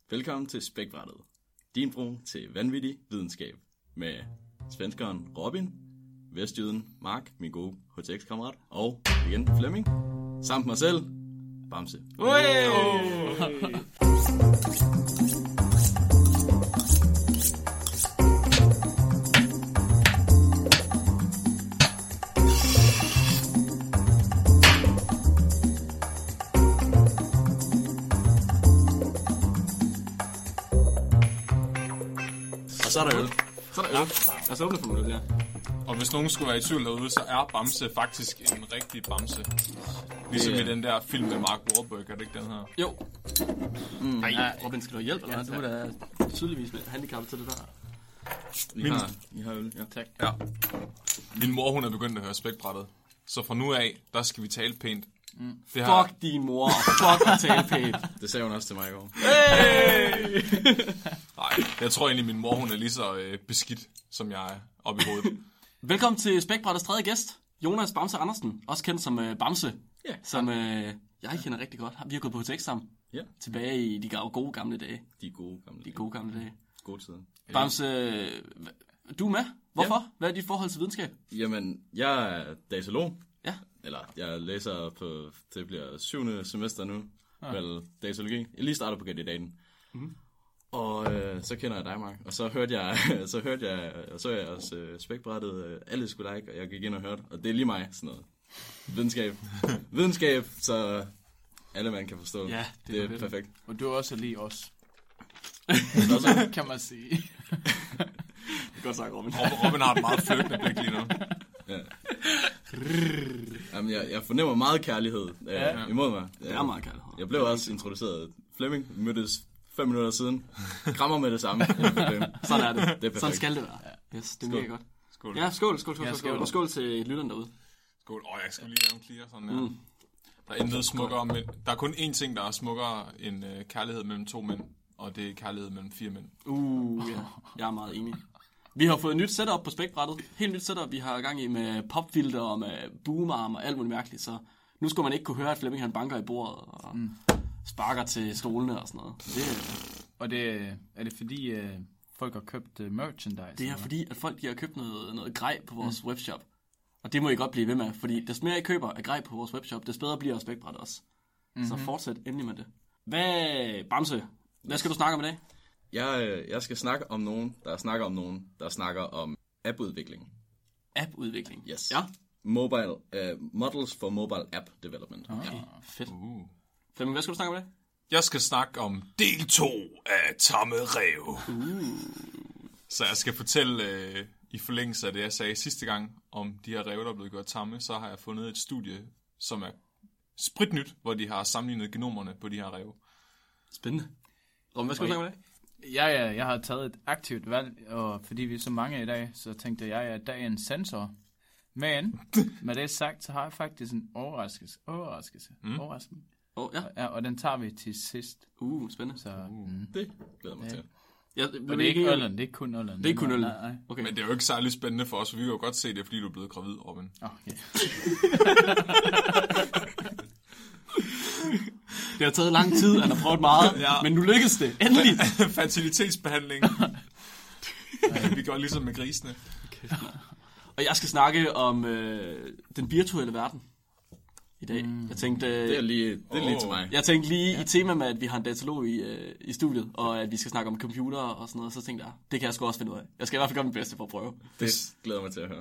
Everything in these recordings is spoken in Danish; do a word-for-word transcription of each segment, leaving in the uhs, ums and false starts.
Velkommen til Spækbrættet, din bro til vanvittig videnskab, med svenskeren Robin, vestjyden Mark, min gode H T X-kammerat, og igen Flemming, samt mig selv, Bamse. Hey! Så er der øl. Så er der øl. Lad os åbne for noget øl, ja. Og hvis nogen skulle være i tvivl derude, så er Bamse faktisk en rigtig Bamse. Ligesom Det i er- den der film med Mark Wahlberg, er det ikke den her? Jo. Mm, Ej. ja, Robin, skal du have hjælp, eller hvad? Du er da tydeligvis med handicap til det der. I Min- har, I har øl, ja. Tak. Ja. Min mor, hun er begyndt at høre Spækbrættet. Så fra nu af, der skal vi tale pænt. Mm. Det har... Fuck din mor, og fuck at tale pænt. Det sagde hun også til mig i går. Hey! Nej, jeg tror egentlig, min mor, hun er lige så øh, beskidt, som jeg er oppe i hovedet. Velkommen til Spækbrættets tredje gæst, Jonas Bamse Andersen, også kendt som uh, Bamse, Ja. som uh, jeg kender rigtig godt. Vi har gået på H T X sammen, Ja, tilbage i de ga- gode gamle dage. de er gode gamle. De gode gamle dage. Gode tider. Bamse, hva- du er med. Hvorfor? Ja. Hvad er dit forhold til videnskab? Jamen, jeg er datolog. Ja. Eller, jeg læser på, det bliver syvende semester nu, ja. Vel, datologi. Jeg lige starter på kandidaten. Mm-hmm. Og øh, så kender jeg dig, Mark. Og så hørte jeg, så hørte jeg, og så jeg også øh, Spækbrættet, øh, alle skulle like, og jeg gik ind og hørte. Og det er lige mig, sådan noget. Videnskab. Videnskab, så alle man kan forstå. Ja, det, det er er fedt. perfekt. Og du er også lige os, Også, kan man sige. Det er godt sagt, Robin. Robin, Robin har et meget flygtende blik lige nu. ja. Jamen, jeg, jeg fornemmer meget kærlighed øh, Ja. imod mig. Det er meget kærlighed. Jeg blev også introduceret. Flemming, vi mødtes fem minutter siden. Krammer med det samme. Ingen problem. Sådan er det. Det er perfekt. Sådan skal det være. Yes, det er mega godt. Skål. Ja, skål, skål, skål, Ja, skål, skål. skål. Og skål til lytterne derude. Skål. Åh, jeg skal lige lave en clear sådan her. Mm. Der er intet smukkere, men der er kun én ting, der er smukkere end øh, kærlighed mellem to mænd, og det er kærlighed mellem fire mænd. Uh, ja. Jeg er meget enig. Vi har fået et nyt setup på Spækbrættet. Helt nyt setup, vi har gang i med popfilter og med boomarm og alt muligt mærkeligt. Så nu skulle man ikke kunne høre, at Flemming han banker i bordet og mm. sparker til stolene og sådan noget. Så det, Og det, er det fordi, uh, folk har købt uh, merchandise? det er eller? fordi, at folk de har købt noget, noget grej på vores mm. webshop. Og det må I godt blive ved med, fordi des mere I køber af grej på vores webshop, des bedre bliver Spækbrættet også. Mm-hmm. Så fortsæt endelig med det. Hvad, Bamse, hvad skal du snakke om i dag? Jeg, øh, jeg skal snakke om nogen, der snakker om nogen, der snakker om appudvikling. App-udvikling. Yes. Ja, Mobile, uh, models for mobile app development. Ah. Ja. fedt. Uh. Flemming, hvad skal du snakke om i dag? Jeg skal snakke om del to af Tamme Rev. Uh. Så jeg skal fortælle, øh, i forlængelse af det, jeg sagde sidste gang, om de her ræve, der er blevet gjort tamme, så har jeg fundet et studie, som er spritnyt, hvor de har sammenlignet genomerne på de her ræve. Spændende. Robin, hvad skal du snakke om i dag? Ja, ja, jeg har taget et aktivt valg, og fordi vi er så mange i dag, så tænkte jeg, at der er en sensor. Men med det sagt, så har jeg faktisk en overraskelse. Overraskelse. Mm. Overraskelse. Åh, oh, ja. Ja, og den tager vi til sidst. Uh, spændende. Så, uh. mm. Det glæder mig Ja. til. Ja, Og det er ikke øllen, det er ikke kun øllen. Det er ikke kun øllen. Nej, nej. Okay. Men det er jo ikke særlig spændende for os, for vi kan jo godt se det, fordi du er blevet gravid, Robin. Okay. Det har taget lang tid, han har prøvet meget, Ja. men nu lykkedes det. Endelig. Fertilitetsbehandling. Vi går ligesom med grisene. Og jeg skal snakke om øh, den virtuelle verden i dag. Mm. Jeg tænkte, øh, Det er lige, det er lige Åh. til mig. jeg tænkte lige ja. i tema med, at vi har en datalog i, øh, i studiet, og at vi skal snakke om computer og sådan noget, så tænkte jeg, det kan jeg sgu også finde ud af. Jeg skal i hvert fald gøre mit bedste for at prøve. Det glæder mig til at høre.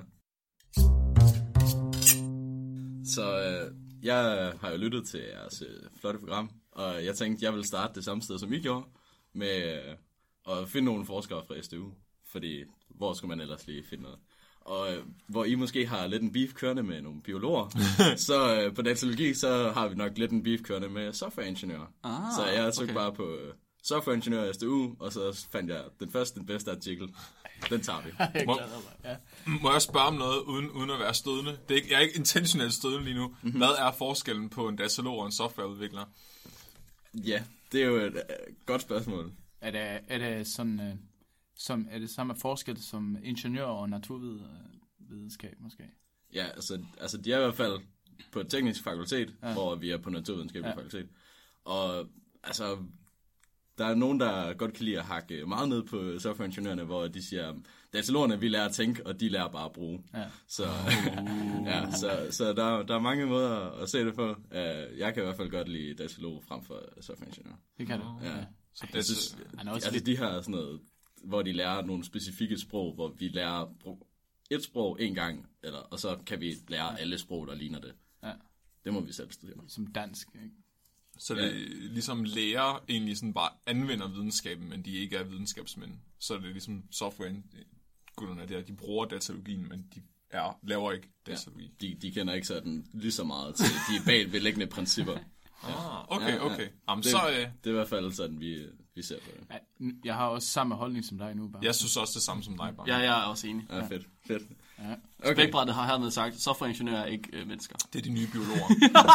Så øh, jeg har jo lyttet til jeres øh, flotte program, og jeg tænkte, jeg ville starte det samme sted, som I gjorde, med øh, at finde nogle forskere fra S D U. Fordi, hvor skulle man ellers lige finde noget? Og øh, hvor I måske har lidt en beef kørende med nogle biologer, så øh, på datalogi, så har vi nok lidt en beef kørende med softwareingeniører. Ah, så jeg tog okay. bare på øh, softwareingeniør S D U, og så fandt jeg den første, den bedste artikel. Den tager vi. Jeg Må- glæder mig. Ja. Må jeg spørge om noget, uden, uden at være stødende? Det er ikke, jeg er ikke intentionelt stødende lige nu. Mm-hmm. Hvad er forskellen på en datalog og en softwareudvikler? Ja, det er jo et øh, godt spørgsmål. Er det, er det sådan, øh, som, er det samme forskel som ingeniør og naturvidenskab måske? Ja, altså, altså de er i hvert fald på et teknisk fakultet, ja. Hvor vi er på naturvidenskabelig ja. fakultet. Og altså, der er nogen, der godt kan lide at hakke meget ned på softwareingeniørerne, hvor de siger, datalogerne, vi lærer at tænke, og de lærer bare at bruge. Ja. Så, uh. ja, så, så der, der er mange måder at se det på. Uh, jeg kan i hvert fald godt lide datalog frem for softwareingeniør. Det kan du. Ja. Ja. Så jeg synes, altså, de har sådan noget, hvor de lærer nogle specifikke sprog, hvor vi lærer et sprog en gang, eller, og så kan vi lære ja. alle sprog, der ligner det. Ja. Det må vi selv studere. Som dansk, ikke? Så det ja. ligesom lærer egentlig sådan bare anvender videnskaben, men de ikke er videnskabsmænd. Så er det ligesom software, gutterne der, de bruger datalogien, men de er, laver ikke datalogi. Ja. De, de kender ikke sådan lige så meget til de bagvedliggende principper. Ah, okay, okay. Ja. Jamen, det, så, øh... det er i hvert fald sådan, vi, vi ser på det. Jeg har også samme holdning som dig nu, bare. Jeg synes også det samme som dig, bare. Ja, jeg er også enig. Ja, fedt, fedt. Ja. Okay. Spækbrættet har hermed sagt, softwareingeniører er ikke øh, mennesker. Det er de nye biologer.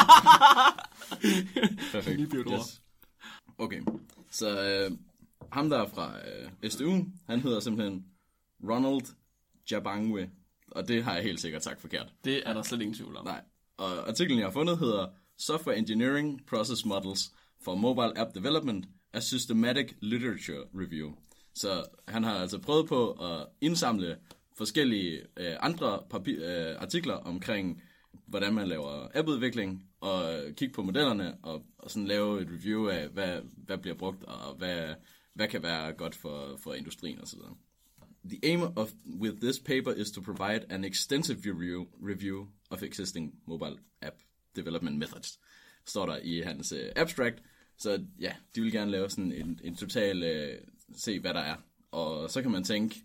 Perfekt. Nye biologer. Yes. Okay, så øh, ham der fra øh, S D U, han hedder simpelthen Ronald Jabangwe, og det har jeg helt sikkert sagt forkert. Det er der slet ingen tvivl om. Nej, og artiklen jeg har fundet hedder Software Engineering Process Models for Mobile App Development, a Systematic Literature Review. Så han har altså prøvet på at indsamle forskellige øh, andre papir, øh, artikler omkring, hvordan man laver appudvikling, og kigge på modellerne, og, og sådan lave et review af, hvad, hvad bliver brugt, og hvad, hvad kan være godt for, for industrien osv. The aim of with this paper is to provide an extensive review, review of existing mobile app development methods, står der i hans uh, abstract. Så ja, de vil gerne lave sådan en, en total, uh, se hvad der er. Og så kan man tænke,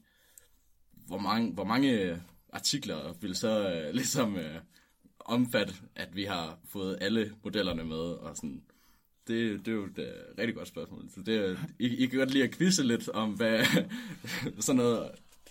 hvor mange, hvor mange artikler vil så uh, ligesom uh, omfatte, at vi har fået alle modellerne med, og sådan. Det, det er jo et uh, rigtig godt spørgsmål. Så det, I, I kan godt lide at quizze lidt om, hvad sådan noget.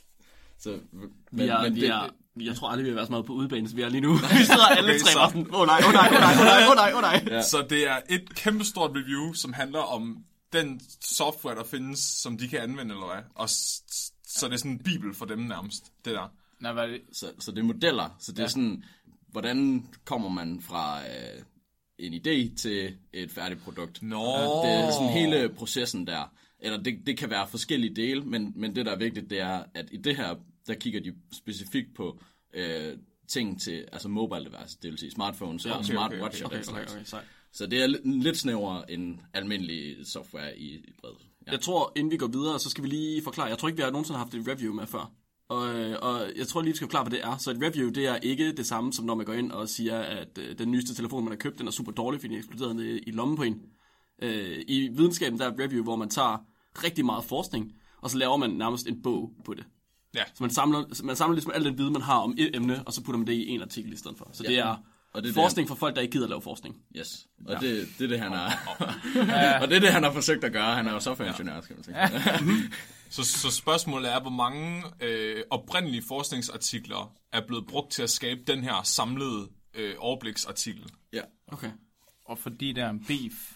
Så, men, vi er, men vi det, er, jeg tror aldrig, vi har været så meget på udebane, så vi er lige nu. Vi sidder alle okay, tre så... sådan, åh oh, nej, åh oh, nej, åh oh, nej, åh oh, nej, åh oh, nej, åh oh, nej. Ja. Så det er et kæmpestort review, som handler om den software, der findes, som de kan anvende, eller hvad? Og s- så det er sådan en bibel for dem nærmest, det der. Nej, hvad er det? Så, så det er modeller, så det ja. er sådan, hvordan kommer man fra øh, en idé til et færdigt produkt. Nå. Det er sådan hele processen der. Eller det, det kan være forskellige dele, men, men det der er vigtigt, det er, at i det her, der kigger de specifikt på øh, ting til, altså mobile devices, det vil sige smartphones ja, okay, og smartwatch okay, okay, og okay, okay, okay, så det er lidt snævrere end almindelig software i, i bredt. Ja. Jeg tror, inden vi går videre, så skal vi lige forklare. Jeg tror ikke, vi har nogensinde haft et review med før. Og, og jeg tror lige, vi skal forklare, hvad det er. Så et review, det er ikke det samme, som når man går ind og siger, at øh, den nyeste telefon, man har købt, den er super dårlig, fordi den er eksploderet ned i lommen på en. Øh, I videnskaben, der er et review, hvor man tager rigtig meget forskning, og så laver man nærmest en bog på det. Ja. Så man samler, man samler ligesom alt den viden, man har om et emne, og så putter man det i en artikel i stedet for. Så ja. det er og det er forskning for folk, der ikke gider at lave forskning. Yes, og ja. det, det er det, han har og det er det, han har forsøgt at gøre. Han er jo softwareingeniør, skal man sige. Ja. så, så spørgsmålet er, hvor mange øh, oprindelige forskningsartikler er blevet brugt til at skabe den her samlede øh, overbliksartikel. Ja. Okay. Og fordi der er en beef,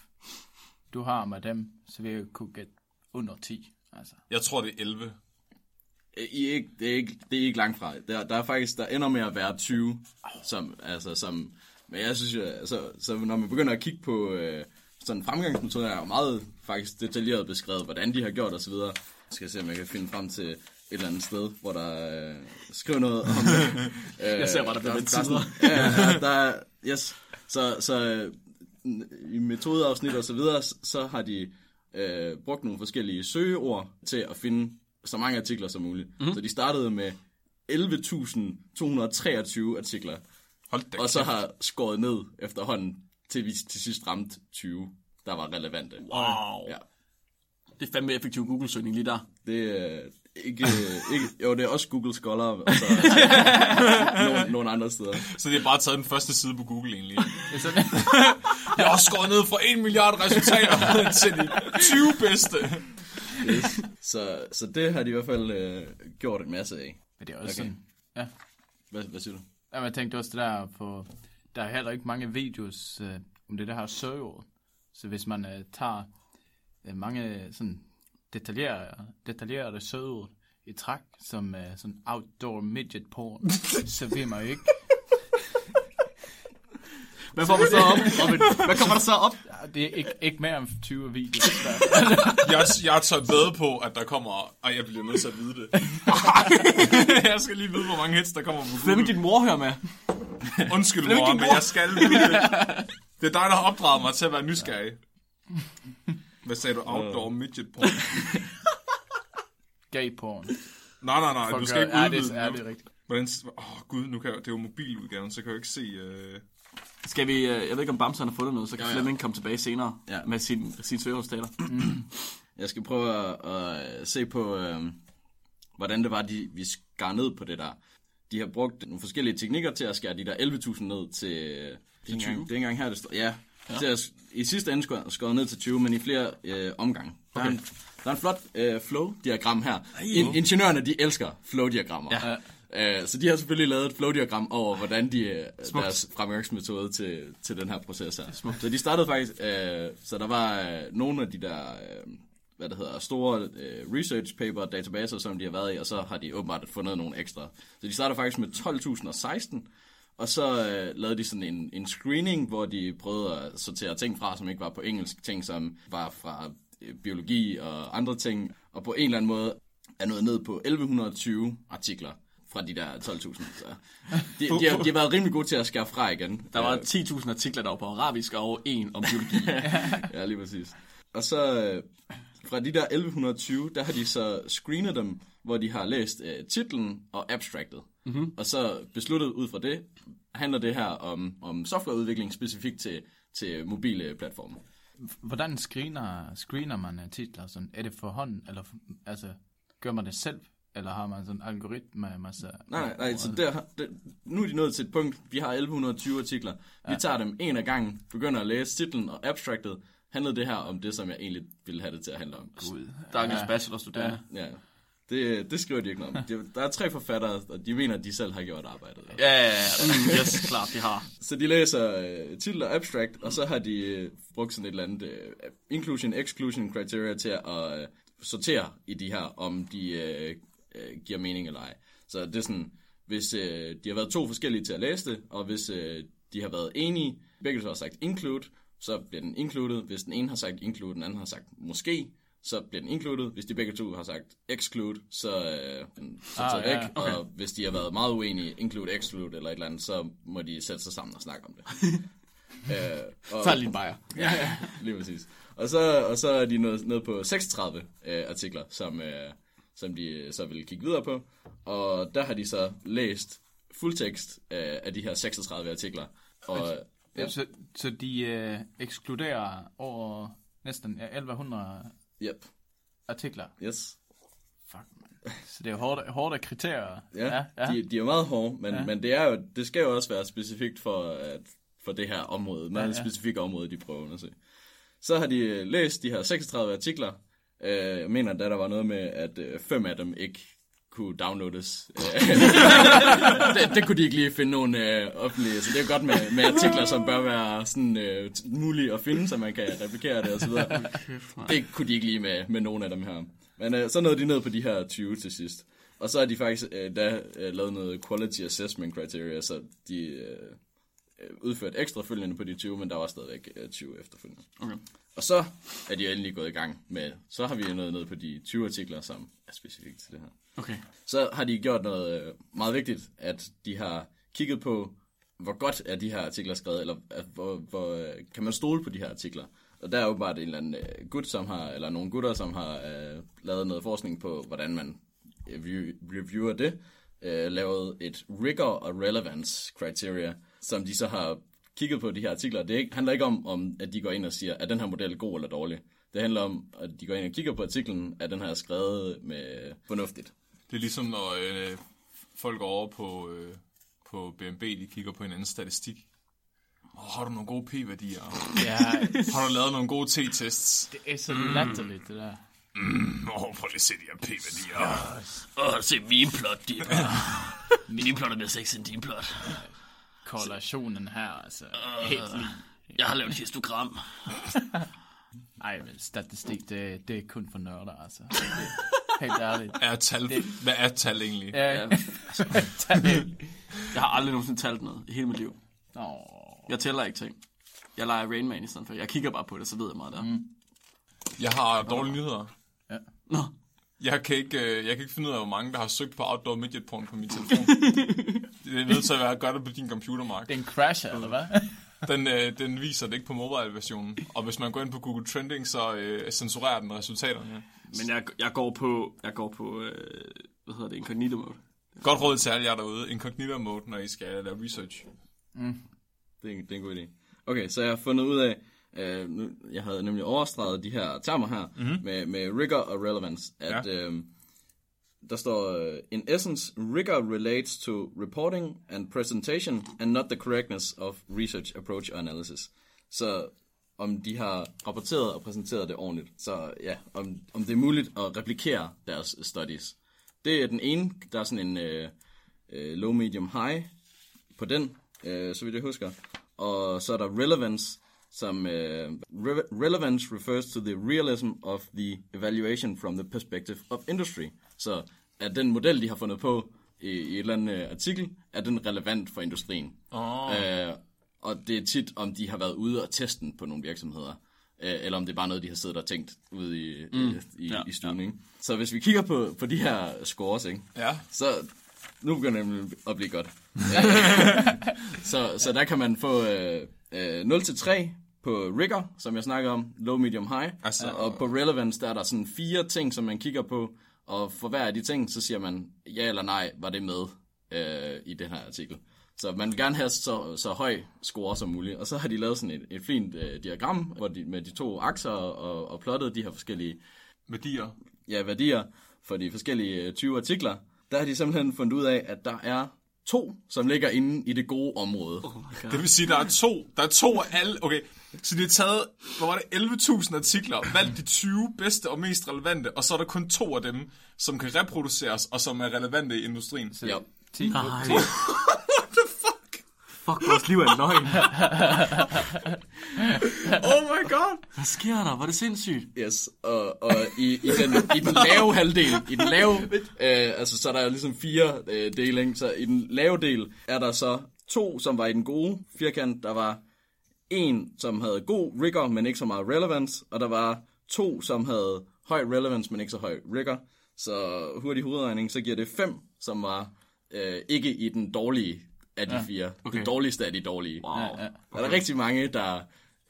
du har med dem, så vil jeg kunne gætte under ti. Altså. Jeg tror, det er elleve. I er ikke, det, er ikke, det er ikke langt fra. Der, der er faktisk, der ender med at være tyve, som, altså, som, men jeg synes jo, altså, så når man begynder at kigge på øh, sådan fremgangsmetoder, er jo meget faktisk detaljeret beskrevet, hvordan de har gjort osv. Jeg skal se, om jeg kan finde frem til et eller andet sted, hvor der øh, skriver noget om det. Jeg ser bare, der bliver lidt tider. Ja, ja, der er, yes. Så, så i metodeafsnit og så videre, så har de øh, brugt nogle forskellige søgeord til at finde så mange artikler som muligt. Mm-hmm. Så de startede med elleve tusind to hundrede og treogtyve artikler. Hold da og så har skåret ned efterhånden, til vi til sidst ramte tyve, der var relevante. Wow. Ja. Det er fandme effektiv Google-søgning lige der. Det er ikke, ikke... Jo, det er også Google Scholar, og så nogle, nogle andre steder. Så det er bare taget den første side på Google egentlig. Jeg har også skåret ned fra en milliard resultater til de tyve bedste. Yes. Så, så det har de i hvert fald øh, gjort en masse af. Men det er også okay. Sådan, ja. Hvad, hvad siger du? Ja, jeg tænkte også det der på, der er heller ikke mange videos øh, om det der her søgeord. Så hvis man øh, tager øh, mange sådan detaljerede, detaljerede søgeord i træk, som øh, sådan outdoor midget porn, så vil man jo ikke. Hvad får man så op? Robin? Hvad kommer der så op? Ja, det er ikke, ikke mere end tyve videoer. Jeg, jeg tager ved på, at der kommer... Ej, jeg bliver nødt til at vide det. Jeg skal lige vide, hvor mange hits, der kommer på Google. Flemming, din mor hører med. Undskyld, mor, mor, men jeg skal vide det. Det er dig, der har opdraget mig til at være nysgerrig. Hvad sagde du? Outdoor midget porn? Gay porn. Nej, nej, nej, du skal ikke ja, udvide det er, er det rigtigt. Hvordan... Åh, oh, gud, nu kan jeg... det er jo mobiludgaven, så kan jeg jo ikke se... Uh... Skal vi... Jeg ved ikke, om Bamsen har fundet noget, så kan ja, ja. Flemming komme tilbage senere ja. med sin, sin søgeholdstater. Jeg skal prøve at, at se på, øh, hvordan det var, de, vi skar ned på det der. De har brugt nogle forskellige teknikker til at skære de der elleve tusind ned til, til tyve. Det er engang her, det står. Ja, ja. Til at, i sidste ende skåret ned til tyve, men i flere øh, omgange. Der, okay. er en, der er en flot øh, flow-diagram her. In, ingeniørerne, de elsker flow-diagrammer. Ja. Uh, så de har selvfølgelig lavet et flow-diagram over, hvordan de, uh, deres fremgangsmetode til, til den her proces her. Så de startede faktisk, uh, så der var uh, nogle af de der, uh, hvad det hedder, store uh, research paper databaser, som de har været i, og så har de åbenbart fundet nogle ekstra. Så de startede faktisk med tolv tusind og seksten, og så uh, lavede de sådan en, en screening, hvor de prøvede at sortere ting fra, som ikke var på engelsk, ting som var fra uh, biologi og andre ting, og på en eller anden måde er nået ned på elleve tyve artikler fra de der tolv tusind. De, de, har, de har været rimelig gode til at skære fra igen. Der var ti tusind artikler, der var på arabisk, og en om biologi. Ja, lige præcis. Og så fra de der elleve tyve, der har de så screenet dem, hvor de har læst uh, titlen og abstractet. Mm-hmm. Og så besluttet ud fra det, handler det her om, om softwareudvikling specifikt til, til mobile platforme. Hvordan screener, screener man titler? Sådan? Er det for hånden, eller altså, gør man det selv? Eller har man sådan en algoritme med masse... Nej, nej, nej så der, der, nu er de nået til et punkt. Vi har elleve tyve artikler. Vi tager dem en af gangen, begynder at læse titlen og abstractet. Handlede det her om det, som jeg egentlig ville have det til at handle om. Gud, der er en ja. bachelorstuderende. Ja, det, det skriver de ikke noget om. De, der er tre forfattere, og de mener, at de selv har gjort arbejdet. Ja, ja, ja. Yes, klart, de har. Så de læser uh, titel og abstract, og så har de uh, brugt sådan et eller andet uh, inclusion-exclusion criteria til at uh, sortere i de her, om de... Uh, giver mening eller ej. Så det er sådan, hvis øh, de har været to forskellige til at læse det, og hvis øh, de har været enige, begge to har sagt include, så bliver den included. Hvis den ene har sagt include, den anden har sagt måske, så bliver den included. Hvis de begge to har sagt exclude, så øh, den så taget ah, væk. Ja, okay. Og hvis de har været meget uenige, include, exclude eller et eller andet, så må de sætte sig sammen og snakke om det. øh, og, så er det lige bajer. Ja, ja, lige præcis. Og så, og så er de nede, nede på seksogtredive øh, artikler, som... Øh, som de så vil kigge videre på. Og der har de så læst fuldtekst af, af de her seksogtredive artikler. Og, ja. så, så de øh, ekskluderer over næsten ja, elleve hundrede yep. artikler? Yes. Fuck, man. Så det er hårde, hårde kriterier. Ja, ja, ja. De, de er meget hårde, men, ja. men det, er jo, det skal jo også være specifikt for, at, for det her område. Meget ja, ja. specifikke område, de prøver at undersøge. Så har de læst de her seksogtredive artikler. Jeg mener, at der var noget med, at øh, fem af dem ikke kunne downloades. det, det kunne de ikke lige finde nogen øh, offentlige. Så det er godt med, med artikler, som bør være sådan, øh, mulige at finde, så man kan replikere det osv. Det kunne de ikke lige med, med nogen af dem her. Men øh, så nåede de ned på de her tyve til sidst. Og så har de faktisk øh, da øh, lavet noget quality assessment criteria, så de øh, udført ekstra følgende på de tyve, men der var stadigvæk øh, tyve efterfølgende. Okay. Og så er de endelig gået i gang med, så har vi nået ned på de tyve artikler, som er specifikt til det her. Okay. Så har de gjort noget meget vigtigt, at de har kigget på, hvor godt er de her artikler skrevet, eller at, hvor, hvor kan man stole på de her artikler. Og der er åbenbart en eller anden uh, gut, som har, eller nogle gutter, som har uh, lavet noget forskning på, hvordan man review, reviewer det, uh, lavet et rigor og relevance criteria, som de så har kigget på de her artikler. Det ikke, handler ikke om, om, at de går ind og siger, at den her model er god eller dårlig. Det handler om, at de går ind og kigger på artiklen, at den her er skrevet med fornuftigt. Det er ligesom, når øh, folk går over på, øh, på B M B, de kigger på en anden statistik. Oh, har du nogle gode p-værdier? Ja. Har du lavet nogle gode t-tests? Det er så latterligt, det der. Mm, oh, prøv lige at se de her p-værdier. Åh, oh, se min plot, de min plot er mere sexy end din plot. Korrelationen her, altså, uh, helt lige. Jeg har lavet et histogram. Ej, men statistik, det, det er kun for nørder, altså. Det, helt ærligt. Er tal, det, hvad er tal egentlig? Ja, ja. Tal. Jeg har aldrig nogensinde talt noget i hele mit liv. Åh. Jeg tæller ikke ting. Jeg leger Rain Man i stedet for. Jeg kigger bare på det, så ved jeg meget der. Mm. Jeg har dårlige nyheder. Ja. Nå. Jeg kan, ikke, jeg kan ikke finde ud af, hvor mange, der har søgt på outdoor midget porn på min telefon. Det er nødt til at være godt på din computer, Mark. Den crasher, eller hvad? Den, øh, den viser det ikke på mobile-versionen. Og hvis man går ind på Google Trending, så øh, censurerer den resultaterne. Men jeg, jeg går på, jeg går på øh, hvad hedder det, incognito mode. Godt råd til alle jer derude. Incognito mode, når I skal lave research. Mm. Det, er, det er en god idé. Okay, så jeg har fundet ud af, øh, nu, jeg havde nemlig overstreget de her termer her, mm-hmm. med, med rigor og relevance, at ja. øh, der står, uh, in essence, rigor relates to reporting and presentation, and not the correctness of research approach or analysis. Så om de har rapporteret og præsenteret det ordentligt. Så ja, om, om det er muligt at replikere deres studies. Det er den ene, der er sådan en uh, uh, low, medium, high på den, uh, så vidt jeg husker. Og så er der relevance, som uh, re- relevance refers to the realism of the evaluation from the perspective of industry. Så er den model, de har fundet på i, i et eller andet uh, artikel, er den relevant for industrien. Oh. Uh, og det er tit, om de har været ude og teste den på nogle virksomheder, uh, eller om det er bare noget, de har siddet og tænkt ude i, mm. i, i, ja, i stuen. Ja. Ikke? Så hvis vi kigger på, på de her scores, ikke? Ja. Så nu begynder det at blive godt. så, så der kan man få uh, uh, nul til tre på rigor, som jeg snakker om, low, medium, high. Altså, og på relevance, der er der sådan fire ting, som man kigger på, og for hver af de ting, så siger man, ja eller nej, var det med øh, i den her artikel. Så man vil gerne have så, så høj score som muligt. Og så har de lavet sådan et, et fint øh, diagram, hvor de, med de to akser og, og plottet de her forskellige værdier. Ja, værdier for de forskellige tyve artikler. Der har de simpelthen fundet ud af, at der er to, som ligger inde i det gode område. Oh det vil sige, der er to. Der er to af alle. Okay, så de har taget, hvor var det, elleve tusind artikler, valgt de tyve bedste og mest relevante, og så er der kun to af dem, som kan reproduceres, og som er relevante i industrien. Ja. Nej. What the fuck? Fuck, vores liv er en løgn. Oh my god. Hvad sker der? Var det sindssygt? Yes, og, og i, i, den, i den lave halvdel, i den lave, øh, altså så er der ligesom fire øh, dele, så i den lave del er der så to, som var i den gode firkant, der var en, som havde god rigor, men ikke så meget relevance, og der var to, som havde høj relevance, men ikke så høj rigor. Så hurtig hovedregning, så giver det fem, som var øh, ikke i den dårlige af de ja, fire. Okay. Det dårligste af de dårlige. Wow. Ja, ja. Okay. Der er rigtig mange, der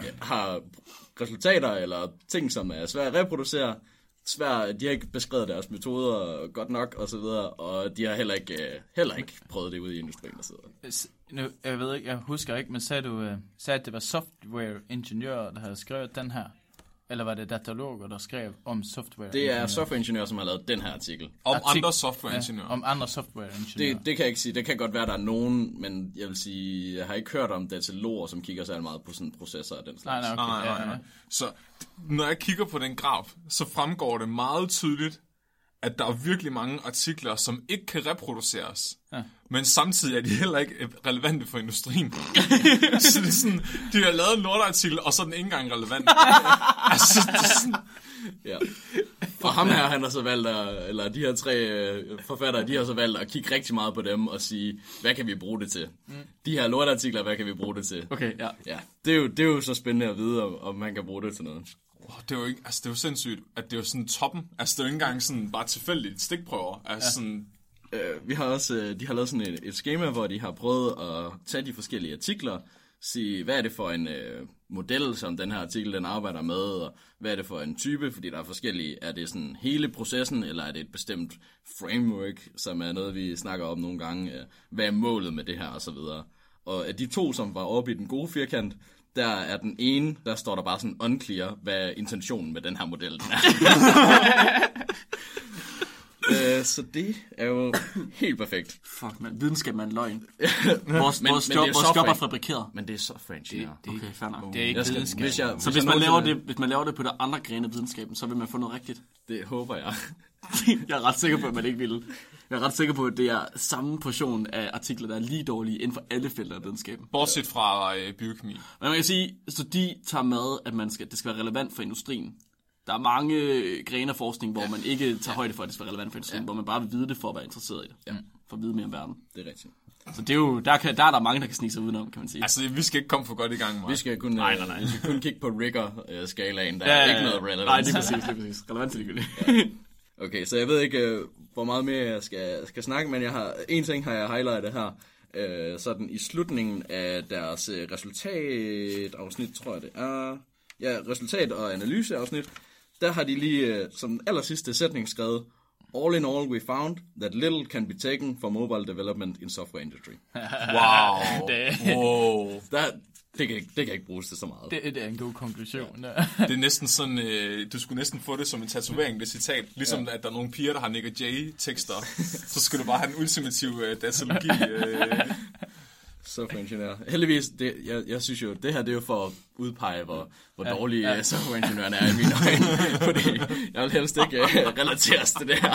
har resultater eller ting, som er svære at reproducere. Svære, de har ikke beskrevet deres metoder godt nok, og så videre, og de har heller ikke, heller ikke prøvet det ude i industrien. Og så nu, jeg ved ikke, jeg husker ikke, men sagde du, sagde, at det var software-ingeniører, der havde skrevet den her? Eller var det dataloger, der skrev om software? Det er softwareingeniører, som har lavet den her artikel. Om Artik- andre softwareingeniører? Ja, om andre softwareingeniører. Det, det kan jeg ikke sige. Det kan godt være, der er nogen, men jeg vil sige, jeg har ikke hørt om dataloger, som kigger så meget på sådan processer og den slags. Nej, nej, okay. nej, nej, nej. Så når jeg kigger på den graf, så fremgår det meget tydeligt, at der er virkelig mange artikler, som ikke kan reproduceres. Ja. Men samtidig er de heller ikke relevante for industrien. Så det er sådan, de har lavet en lortartikel, og så er den ikke engang relevant. Altså, det er sådan... Ja. Og ham her, han har så valgt at, eller de her tre øh, forfattere, de har så valgt at kigge rigtig meget på dem og sige, hvad kan vi bruge det til? Mm. De her lortartikler, hvad kan vi bruge det til? Okay, ja. Ja, det er jo, det er jo så spændende at vide, om, om man kan bruge det til noget. Wow, det er jo ikke, altså det er jo sindssygt, at det er jo sådan toppen. Altså det er jo ikke engang sådan bare tilfældigt stikprøver. Altså ja. sådan... Øh, vi har også, de har lavet sådan et, et schema, hvor de har prøvet at tage de forskellige artikler, sige, hvad er det for en øh, model, som den her artikel den arbejder med, og hvad er det for en type, fordi der er forskellige. Er det sådan hele processen, eller er det et bestemt framework, som er noget, vi snakker om nogle gange. Hvad er målet med det her, og så videre. Og af de to, som var oppe i den gode firkant, der er den ene, der står der bare sådan unclear, hvad intentionen med den her model den er. uh, så det er jo helt perfekt. Fuck, man. Videnskab er en løgn. men, vores men, vores, men job, er vores job er fabrikeret. Men det er softwareingeniører. Det, okay, fair nok. Det er ikke videnskab. Hvis jeg, så hvis, hvis man laver det, hvis man laver det på der andre grene af videnskaben, så vil man få noget rigtigt. Det håber jeg. Jeg er ret sikker på, at man ikke vil. Jeg er ret sikker på, at det er samme portion af artikler, der er lige dårlige inden for alle felter af videnskaben. Bortset fra øh, biokemi. Men man kan sige, så de tager med, at man skal, det skal være relevant for industrien. Der er mange grene af forskning, hvor ja. man ikke tager højde for, at det skal være relevant for industrien, ja. hvor man bare vil vide det for at være interesseret i det. Ja. For at vide mere om verden. Det er rigtigt. Så det er jo, der, kan, der er der mange, der kan snige sig udenom, kan man sige. Altså, vi skal ikke komme for godt i gang, Mark. Vi skal kun, nej, nej, nej. Vi skal kun kigge på rigor-skalaen. Der ja, er ikke noget relevant. Nej, det er præcis, det er præcis. Relevant til ligegyldigt. Okay, så jeg ved ikke, hvor meget mere jeg skal, skal snakke, men jeg har, en ting har jeg highlightet her. Øh, sådan i slutningen af deres resultatafsnit, tror jeg det er. Ja, resultat- og analyseafsnit. Der har de lige som aller sidste sætning skrevet: All in all, we found that little can be taken for mobile development in software industry. Wow. det, wow. Der, det, kan, det kan ikke bruges til så meget. det, det er en god konklusion. Ja. Det er næsten sådan, øh, du skulle næsten få det som en tatovering, det citat. Ligesom ja. At der er nogle piger, der har Nick og Jay-tekster. Så skulle du bare have en ultimativ øh, datalogi. Øh. Softwareingeniør. Heldigvis, det, jeg, jeg synes jo, det her det er jo for at udpege, hvor, hvor ja, dårlige ja. softwareingeniørerne er i mine øjne. Fordi jeg vil helst ikke uh, relateres til det her.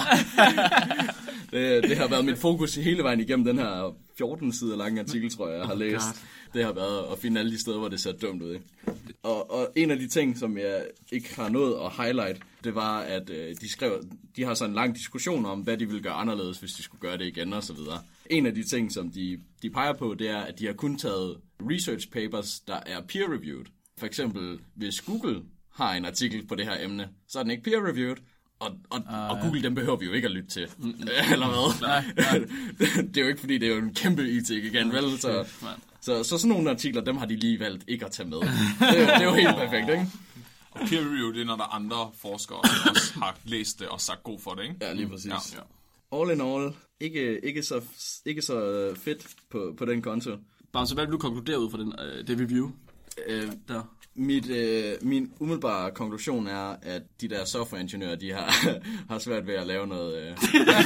det, det har været mit fokus hele vejen igennem den her fjorten sider lange artikel, tror jeg, jeg har læst. God. Det har været at finde alle de steder, hvor det ser dumt ud. Ikke? Og, og en af de ting, som jeg ikke har nået at highlight, det var, at uh, de skrev, de har sådan en lang diskussion om, hvad de ville gøre anderledes, hvis de skulle gøre det igen og så videre. En af de ting, som de, de peger på, det er, at de har kun taget research papers, der er peer-reviewed. For eksempel, hvis Google har en artikel på det her emne, så er den ikke peer-reviewed, og, og, uh, og Google, den behøver vi jo ikke at lytte til. Mm-hmm. Eller hvad? Nej, nej. Det er jo ikke, fordi det er jo en kæmpe I T igen, vel? Så, så, så sådan nogle artikler, dem har de lige valgt ikke at tage med. Det, det er jo helt perfekt, ikke? Og peer-review, det er, når der er andre forskere, der også har læst det og sagt god for det, ikke? Ja, lige præcis. Ja, ja. All in all, ikke, ikke, så, ikke så fedt på, på den konto. Bare så hvad vil du konkludere ud fra den, øh, det review? Øh, der. Mit, øh, min umiddelbare konklusion er, at de der softwareingeniører, de har, har svært ved at lave noget, øh,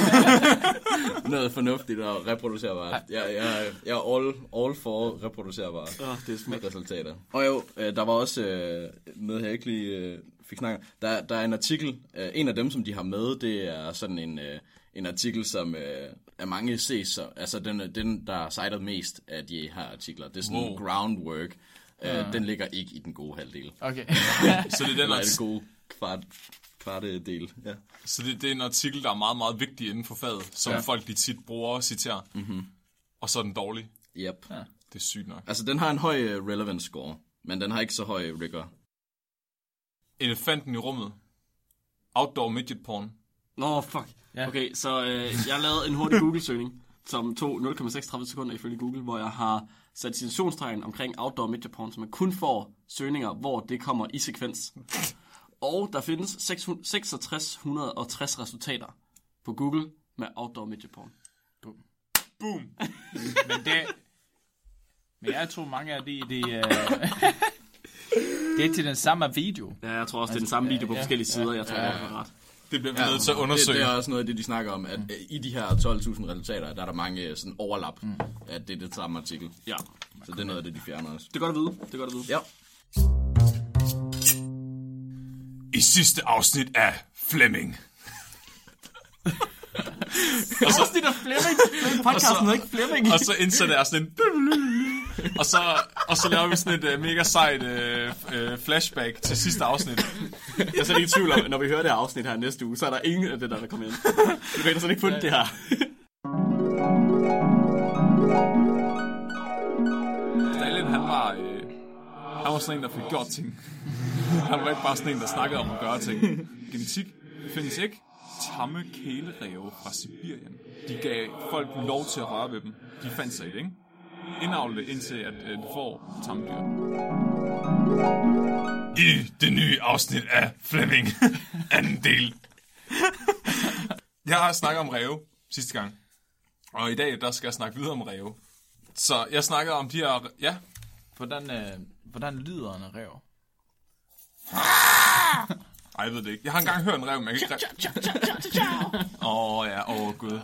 noget fornuftigt og reproducerbart. Jeg, jeg, jeg er all, all for reproducerbare oh, det er resultater. Og jo, øh, der var også øh, noget, jeg ikke lige øh, fik snakket. Der, der er en artikel, øh, en af dem, som de har med, det er sådan en... Øh, En artikel, som øh, er mange ses, så, altså den, den, der er cited mest af de her artikler. Det er sådan wow. groundwork. Øh, uh. Den ligger ikke i den gode halvdel. Okay. Så det er den er det gode kvart, kvarte del. Ja. Så det, det er en artikel, der er meget, meget vigtig inden for faget, som ja. folk de tit bruger og citerer. Mm-hmm. Og så er den dårlig. Yep. Ja. Det er sygt nok. Altså, den har en høj relevance score, men den har ikke så høj rigor. Elefanten i rummet. Outdoor midget porn. Nå, oh, fuck. Ja. Okay, så øh, jeg lavede en hurtig Google-søgning, som tog nul komma seksogtredive sekunder ifølge Google, hvor jeg har sat citationstegn omkring outdoor midget porn, så man kun får søgninger, hvor det kommer i sekvens. Og der findes seks tusind seks hundrede og tres resultater på Google med outdoor midget porn. Boom. Boom. Men det... Men jeg tror mange af de... de uh... det er til den samme video. Ja, jeg tror også, det er den samme video på ja, forskellige sider. Jeg tror, ja, ja, det er ret. Det bliver vi ja, nødt til at undersøge. Det, det er også noget af det, de snakker om, at mm. i de her tolv tusind resultater, der er der mange sådan overlap, mm. at det er det samme artikel. Ja. Så det er noget af det, de fjerner også. Det er godt at vide. Det er godt at vide. Ja. I sidste afsnit af Flemming. og så afsnit af Flemming. Podcasten hedder ikke Flemming. Og så indsætter jeg sådan en... og, så, og så laver vi sådan et uh, mega sejt uh, uh, flashback til sidste afsnit. Jeg er så ikke i tvivl om, når vi hører det her afsnit her næste uge, så er der ingen af det der, der kommer ind. Du ved sådan ikke fundet det her. Stalin, han var, øh, han var sådan en, der fik gjort ting. Han var ikke bare sådan en, der snakkede om at gøre ting. Genetik findes ikke. Tamme kæleræve fra Sibirien. De gav folk lov til at røre ved dem. De fandt sig i det, ikke? Indavle det indtil, at øh, du får tamme dyr. I det nye afsnit af Flemming. Anden del. Jeg har snakket om ræve sidste gang. Og i dag, der skal jeg snakke videre om ræve. Så jeg snakkede om de her... Ja. Hvordan, øh, hvordan lyder en ræv? Ej, jeg ved det ikke. Jeg har engang hørt en ræv, men jeg kan ikke... Åh, oh, ja. Åh, oh, gud.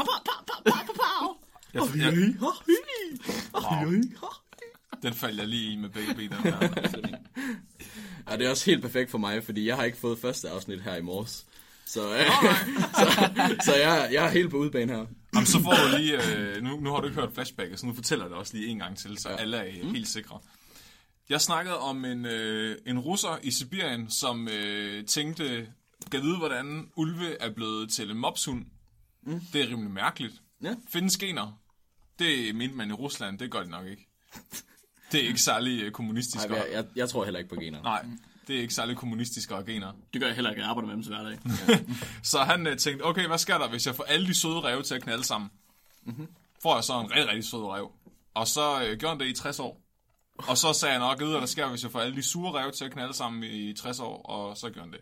Den faldt jeg lige i med begge ben. Ja, det er også helt perfekt for mig, fordi jeg har ikke fået første afsnit her i morges. Så, øh, så, så jeg, jeg er helt på udebane her. Jamen, så får du lige... Øh, nu, nu har du ikke hørt flashback, så nu fortæller jeg det også lige en gang til, så ja. Alle er mm. helt sikre. Jeg snakkede om en, øh, en russer i Sibirien, som øh, tænkte, kan vide, hvordan ulve er blevet til en mopshund. Mm. Det er rimelig mærkeligt. Ja. Findes gener. Det mente man i Rusland, det gør de nok ikke. Det er ikke særlig kommunistisk. Nej, jeg, jeg, jeg tror heller ikke på gener. Nej, det er ikke særlig kommunistisk og gener. Det gør jeg heller ikke, jeg arbejder med dem til hverdag. Så han uh, tænkte, okay, hvad sker der, hvis jeg får alle de søde ræve til at knalde sammen? Mm-hmm. Får jeg så en rigtig, rigtig sød ræv. Og så uh, gjorde han det i tres år. Og så sagde han nok, hvad der sker, hvis jeg får alle de sure ræve til at knalde sammen i tres år, og så gjorde han det.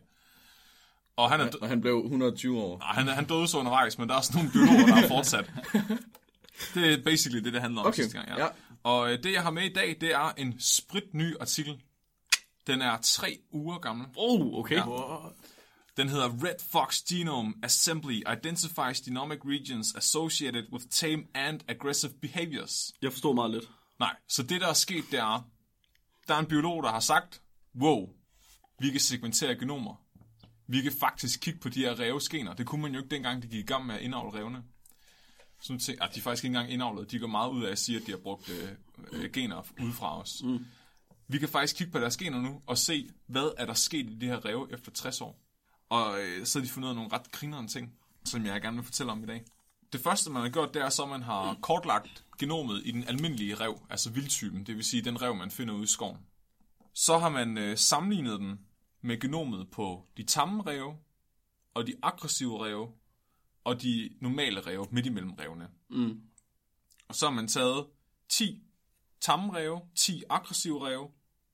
Og han, er og han blev et hundrede og tyve år. Han, han døde så undervejs, men der er sådan nogle biologer, der har fortsat. Det er basically det, det handler om okay. sidste gang. Ja. Ja. Og det, jeg har med i dag, det er en spritny artikel. Den er tre uger gammel. Oh, okay. Ja. Den hedder Red Fox Genome Assembly Identifies Genomic Regions Associated with Tame and Aggressive Behaviors. Jeg forstår meget lidt. Nej, så det, der er sket, det er, der er en biolog, der har sagt, wow, vi kan segmentere genomer. Vi kan faktisk kigge på de her rævesgener. Det kunne man jo ikke dengang, de gik i gang med at indavle rævene. Sådan ting, at de faktisk ikke engang indavlet. De går meget ud af at sige, at de har brugt øh, gener ud fra os. Mm. Vi kan faktisk kigge på deres gener nu og se, hvad er der sket i de her ræve efter tres år. Og øh, så har de fundet ud af nogle ret grinerende ting, som jeg gerne vil fortælle om i dag. Det første, man har gjort, det er så, at man har kortlagt genomet i den almindelige ræv, altså vildtypen, det vil sige den ræv, man finder ude i skoven. Så har man øh, sammenlignet den med genomet på de tamme ræve, og de aggressive ræve, og de normale ræve midt imellem rævene. Mm. Og så har man taget ti tamme ræve, ti aggressive ræve,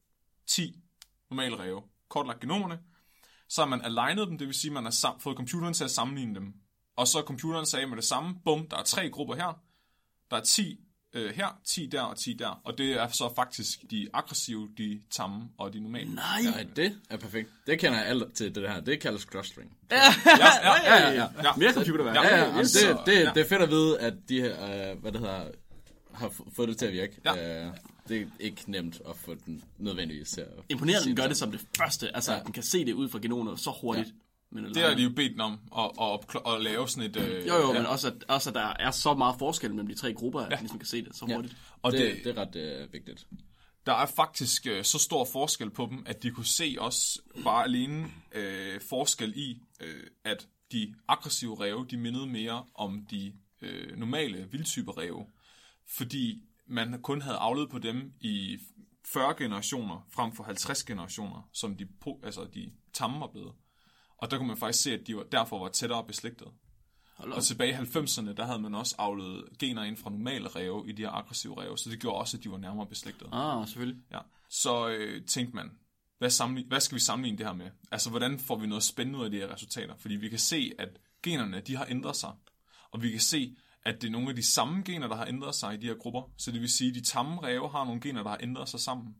ti normale ræve, kortlagt genomerne. Så har man alignet dem, det vil sige, at man har sam- fået computeren til at sammenligne dem. Og så computeren sagde med det samme, bum, der er tre grupper her, der er ti øh, her, ti der og ti der. Og det er så faktisk de aggressive, de tamme og de normale. Nej! Ja, det er perfekt. Det kender jeg alt til det her. Det kaldes clustering. Ja, ja, ja, ja, ja, ja. ja. Mere computerværk. Ja, ja, ja. Yes. Det, det, Ja. det er fedt at vide, at de her, øh, hvad det hedder, har f- fået det til at virke. Ja. Øh, det er ikke nemt at få den nødvendigvis til at... Imponerende, den gør det som det første. Altså, ja. Den kan se det ud fra genomet så hurtigt. Ja. Men det har de jo bedt om at, at, at, at lave sådan et... Øh, jo, jo, ja. men også at, også at der er så meget forskel mellem de tre grupper, at ja. Hvis man kan se det så hurtigt. Ja. Og det, det, det er ret øh, vigtigt. Der er faktisk øh, så stor forskel på dem, at de kunne se også bare alene øh, forskel i, øh, at de aggressive ræve, de mindede mere om de øh, normale vildtype ræve. Fordi man kun havde avlet på dem i fyrre generationer, frem for halvtreds generationer, som de, altså de tamme var blevet. Og der kunne man faktisk se, at de var, derfor var tættere beslægtet. Og tilbage i halvfemserne, der havde man også avlet gener ind fra normale ræve i de her aggressive ræve, så det gjorde også, at de var nærmere beslægtet. Ah, selvfølgelig. Ja. Så øh, tænkte man, hvad, sammenlig- hvad skal vi sammenligne det her med? Altså, hvordan får vi noget spændende ud af de her resultater? Fordi vi kan se, at generne, de har ændret sig. Og vi kan se, at det er nogle af de samme gener, der har ændret sig i de her grupper. Så det vil sige, at de tamme ræve har nogle gener, der har ændret sig sammen.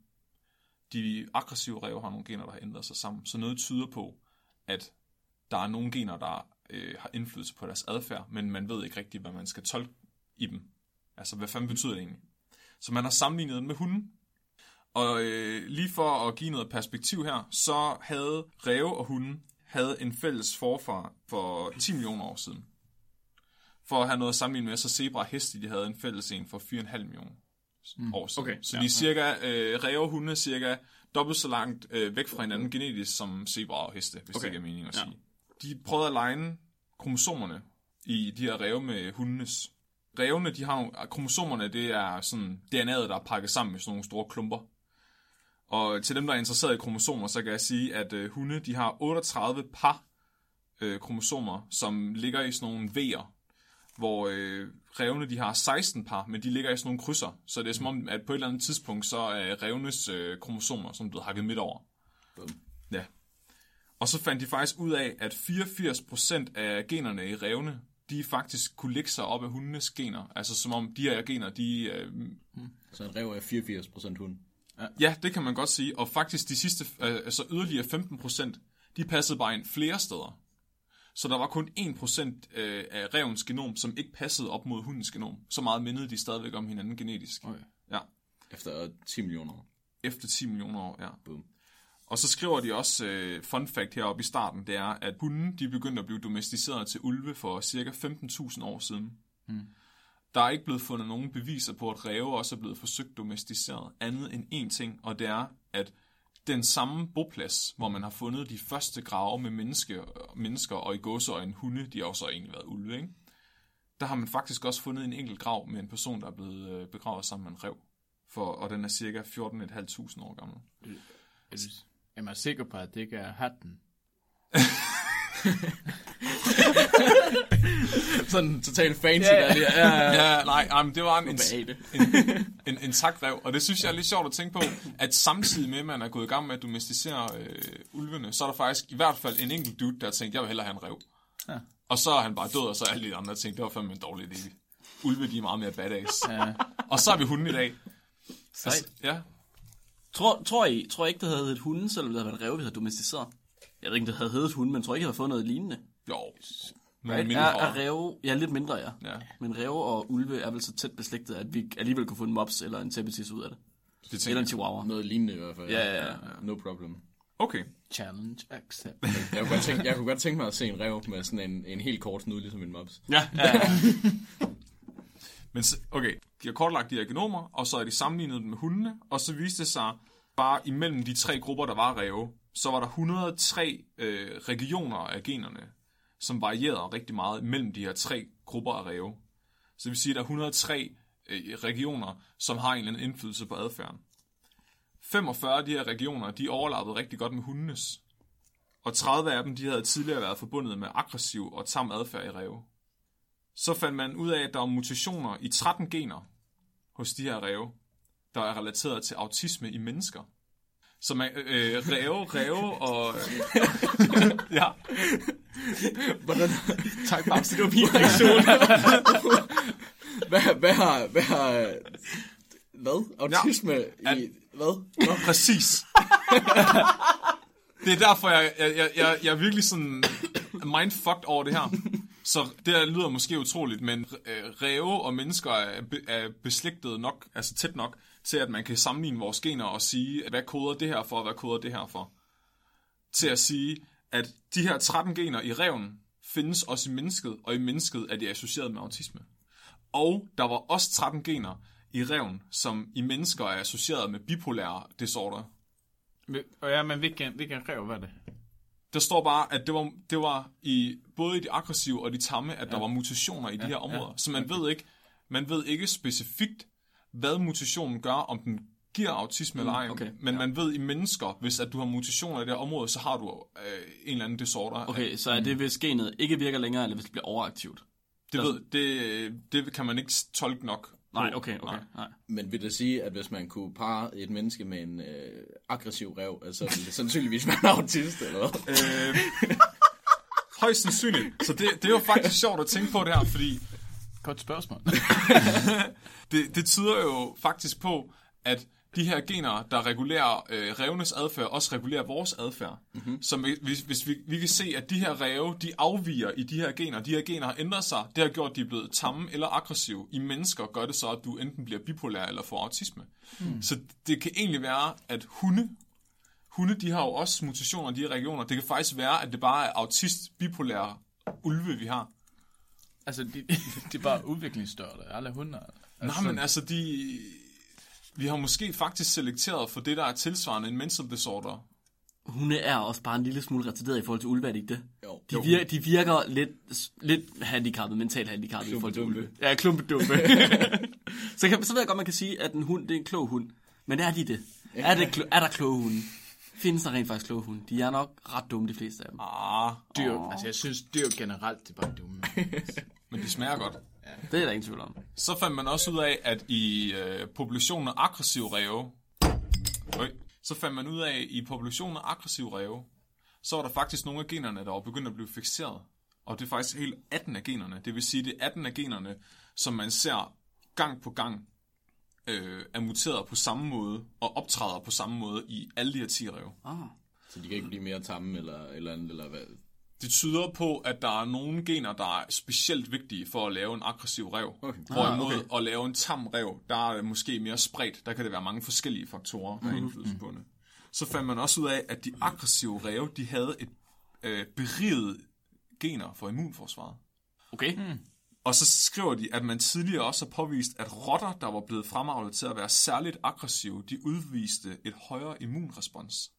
De aggressive ræve har nogle gener, der har ændret sig sammen. Så noget tyder på, at der er nogle gener, der øh, har indflydelse på deres adfærd, men man ved ikke rigtigt, hvad man skal tolke i dem. Altså, hvad fanden betyder det egentlig? Så man har sammenlignet dem med hunden. Og øh, lige for at give noget perspektiv her, så havde ræve og hunden havde en fælles forfar for ti millioner år siden. For at have noget at sammenligne med, så zebra og heste, de havde en fælles en for fire komma fem millioner mm. år siden. Okay, så ja, de er cirka, øh, ræve og hunde er cirka dobbelt så langt øh, væk fra hinanden genetisk som zebra og heste, hvis okay. det giver mening at sige. Ja. De prøvede at legne kromosomerne i de her ræve med hundenes. Rævene, de har nogle, kromosomerne, det er sådan D N A'et, der er pakket sammen med sådan nogle store klumper. Og til dem, der er interesseret i kromosomer, så kan jeg sige, at øh, hunde, de har otteogtredive par øh, kromosomer, som ligger i sådan nogle V'er, hvor øh, rævene, de har seksten par, men de ligger i sådan nogle krydser. Så det er som om, at på et eller andet tidspunkt, så er rævenes øh, kromosomer, som er blevet hakket midt over. Ja. Og så fandt de faktisk ud af, at fireogfirs procent af generne i rævene, de faktisk kunne lægge sig op af hundenes gener. Altså som om de her gener, de... Øh, hmm. Så en ræv er fireogfirs procent hund. Ja. ja, det kan man godt sige. Og faktisk de sidste, øh, altså yderligere femten procent, de passede bare ind flere steder. Så der var kun en procent øh, af rævens genom, som ikke passede op mod hundens genom. Så meget mindede de stadigvæk om hinanden genetisk. Okay. Ja. Efter ti millioner år. Efter ti millioner år, ja. Boom. Og så skriver de også, øh, fun fact heroppe i starten, det er, at hunden, de begyndte at blive domesticeret til ulve for cirka femten tusind år siden. Hmm. Der er ikke blevet fundet nogen beviser på, at ræve også er blevet forsøgt domesticeret, andet end én ting, og det er, at den samme boplads, hvor man har fundet de første grave med menneske, mennesker og i gåseøjne hunde, de har også egentlig været ulve, ikke? der har man faktisk også fundet en enkelt grav med en person, der er blevet øh, begravet sammen med en ræv. For, og den er cirka fjorten tusind fem hundrede år gammel. Er, du, er man sikker på, at det ikke er hatten? Sådan totalt fancy Ja, der. Ja, ja, ja. Ja, nej, jamen, det var en, en, Behag en, en, en takrev, og det synes jeg er lidt sjovt at tænke på, at samtidig med, at man er gået i gang med at domesticere øh, ulvene, så er der faktisk i hvert fald en enkelt dude, der har tænkt, jeg vil hellere have en rev. Ja. Og så er han bare død, og så er alle de andre tænkt, det var fandme en dårlig idé. Ulve, de er meget mere badass. Ja. Og så er vi hunden i dag. Sejt. Altså, ja. Tror, tror, I, tror I ikke, det havde heddet hunde, selvom det havde været ræve, vi havde domesticeret? Jeg ved ikke, det havde heddet hunde, men tror I ikke, jeg havde fået noget lignende? Jo. Nogle Er, mindre. er ræve, ja, lidt mindre, ja. Ja. Men ræve og ulve er vel så tæt beslægtet, at vi alligevel kunne få en mops eller en tæppetis ud af det. Det tænker Eller en jeg. chihuahua. Noget lignende i hvert fald. Ja, ja, ja. No problem. Okay. Challenge accept. Jeg kunne, godt tænke, jeg kunne godt tænke mig at se en ræv med sådan en, en helt kort snude, ligesom en mops. Ja, ja, ja. Men s- okay, de har kortlagt de her genomer, og så er de sammenlignet dem med hundene, og så viste det sig, bare imellem de tre grupper, der var ræve, så var der et hundrede og tre øh, regioner af generne, som varierede rigtig meget mellem de her tre grupper af ræve. Så det vil sige, at der er et hundrede og tre øh, regioner, som har en eller anden indflydelse på adfærden. femogfyrre af de her regioner, de overlappede rigtig godt med hundenes. Og tredive af dem, de havde tidligere været forbundet med aggressiv og tam adfærd i ræve. Så fandt man ud af, at der var mutationer i tretten gener hos de her ræve, der er relateret til autisme i mennesker. Så man, øh, ræve, ræve og... ja. Hvordan? Tak, Babs, det var min reaktion. hvad, hvad har... Hvad har... Hvad? Autisme Ja. i... Hvad? Nå. Præcis. Det er derfor, jeg, jeg, jeg, jeg, jeg er virkelig sådan mindfucked over det her. Så det her lyder måske utroligt, men øh, ræve og mennesker er, be, er beslægtet nok, altså tæt nok, til at man kan sammenligne vores gener og sige, hvad koder det her for, og hvad koder det her for. Til at sige, at de her tretten gener i ræven findes også i mennesket, og i mennesket er de associeret med autisme. Og der var også tretten gener i ræven, som i mennesker er associeret med bipolære disorder. Og ja, men hvilken, hvilken rev var det? Der står bare, at det var, det var i både i de aggressive og de tamme, at ja. der var mutationer i de Ja, her områder. ja. Så man ved ikke, man ved ikke specifikt, hvad mutationen gør, om den giver autisme mm, eller ej. okay. Men Ja. man ved i mennesker, hvis at du har mutationer i det her område, så har du øh, en eller anden disorder. Okay, så er det, hvis genet ikke virker længere, eller hvis det bliver overaktivt? Det, ved, det, det kan man ikke tolke nok på. Nej, okay, okay. Nej. Men vil det sige, at hvis man kunne parre et menneske med en øh, aggressiv ræv, altså ville det sandsynligvis være en autist, eller hvad? Øh, højst sandsynligt. Så det, det er jo faktisk sjovt at tænke på det her, fordi Godt spørgsmål. det, det tyder jo faktisk på, at de her gener, der regulerer øh, rævenes adfærd, også regulerer vores adfærd. Mm-hmm. Så hvis, hvis vi, vi kan se, at de her ræve, de afviger i de her gener, de her gener har ændret sig, det har gjort, at de er blevet tamme eller aggressive. I mennesker gør det så, at du enten bliver bipolær eller får autisme. Mm. Så det kan egentlig være, at hunde, hunde, de har jo også mutationer i de her regioner. Det kan faktisk være, at det bare er autist-bipolære ulve, vi har. Altså, de, de er bare udviklingsstørte, alle hunder. Altså, Nej, men altså, de... Vi har måske faktisk selekteret for det, der er tilsvarende en mental disorder. Hunde er også bare en lille smule retarderet i forhold til ulve, er det ikke det? Jo. De, vir- de virker lidt, lidt handicappet, mentalt handicappet i forhold til ulve. Ja, klumpedumpe. så, kan, så ved jeg godt, man kan sige, at en hund, det er en klog hund. Men er de det? Er, det klo- er der kloge hunde? Findes der rent faktisk kloge hunde? De er nok ret dumme, de fleste af dem. Ah, dyr, altså, jeg synes, dyr generelt, det er bare dumme. men de smager godt. Det er der ingen tvivl om. Så fandt man også ud af, at i øh, populationen af aggressive ræve, øj, så fandt man ud af, at i populationen af aggressive ræve, så var der faktisk nogle af generne, der var begyndt at blive fikseret. Og det er faktisk helt atten af generne. Det vil sige, det er atten af generne, som man ser gang på gang, øh, er muteret på samme måde, og optræder på samme måde i alle de her ti ræve. Ah. Så de kan ikke blive mere tamme, eller, eller andet, eller hvad? Det tyder på, at der er nogle gener, der er specielt vigtige for at lave en aggressiv ræv. Okay. Hvorimod Ah, okay. at lave en tam ræv, der er det måske mere spredt. Der kan det være mange forskellige faktorer, der har indflydelse på det. Så fandt man også ud af, at de aggressive ræve, de havde et øh, beriget gener for immunforsvaret. Okay. Mm. Og så skriver de, at man tidligere også har påvist, at rotter, der var blevet fremavlet til at være særligt aggressive, de udviste et højere immunrespons.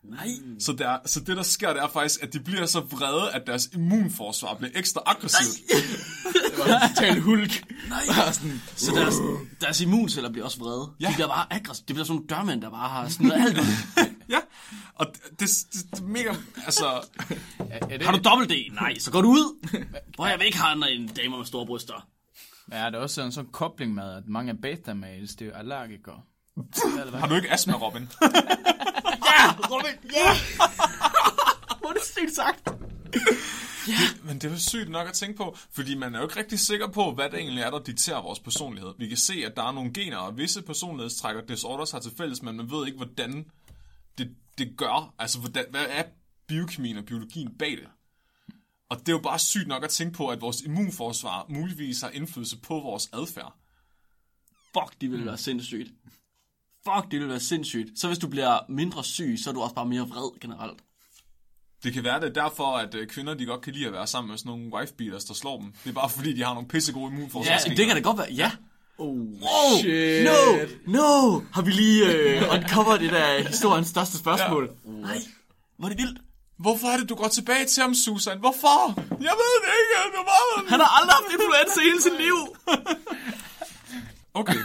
Nej. Så, der, så det, der sker, det er faktisk, at de bliver så vrede, at deres immunforsvar bliver ekstra aggressivt. Det var en total hulk. Nej. Så deres, deres immunceller bliver også vrede. Ja. De bliver bare aggressive. Det bliver sådan nogle dørmænd, der bare har smidt alt ud. Ja, og det, det, det, det er mega, altså... Er, er det, Har du dobbelt D? Nej, så går du ud. Hvor jeg vil ikke have andre end damer med store bryster. Ja, det er også en sådan kobling med, at mange beta-males, det er jo allergikere. Har du ikke astma, Robin? Ja, Robin, ja! Hvor er det sygt sagt. Ja. Det, men det er jo sygt nok at tænke på, fordi man er jo ikke rigtig sikker på, hvad det egentlig er, der dikterer vores personlighed. Vi kan se, at der er nogle gener, og visse personlighedstræk og disorders har til fælles, men man ved ikke, hvordan det, det gør. Altså, hvordan, hvad er biokemien og biologien bag det? Og det er jo bare sygt nok at tænke på, at vores immunforsvar muligvis har indflydelse på vores adfærd. Fuck, det ville være sindssygt. Fuck, det ville være sindssygt. Så hvis du bliver mindre syg, så er du også bare mere vred generelt. Det kan være det er derfor, at kvinder de godt kan lide at være sammen med sådan nogle wife-beaters, der slår dem. Det er bare fordi, de har nogle pissegode immunforsvar. Ja, det kan da godt være, ja. Oh, Oh, shit. no, no. Har vi lige øh, uncovered det der historiens største spørgsmål? Ja. Nej, hvor er det vildt. Hvorfor er det, du går tilbage til ham, Susan? Hvorfor? Jeg ved det ikke. Det var... Han har aldrig haft influenza i hele sit liv. Okay.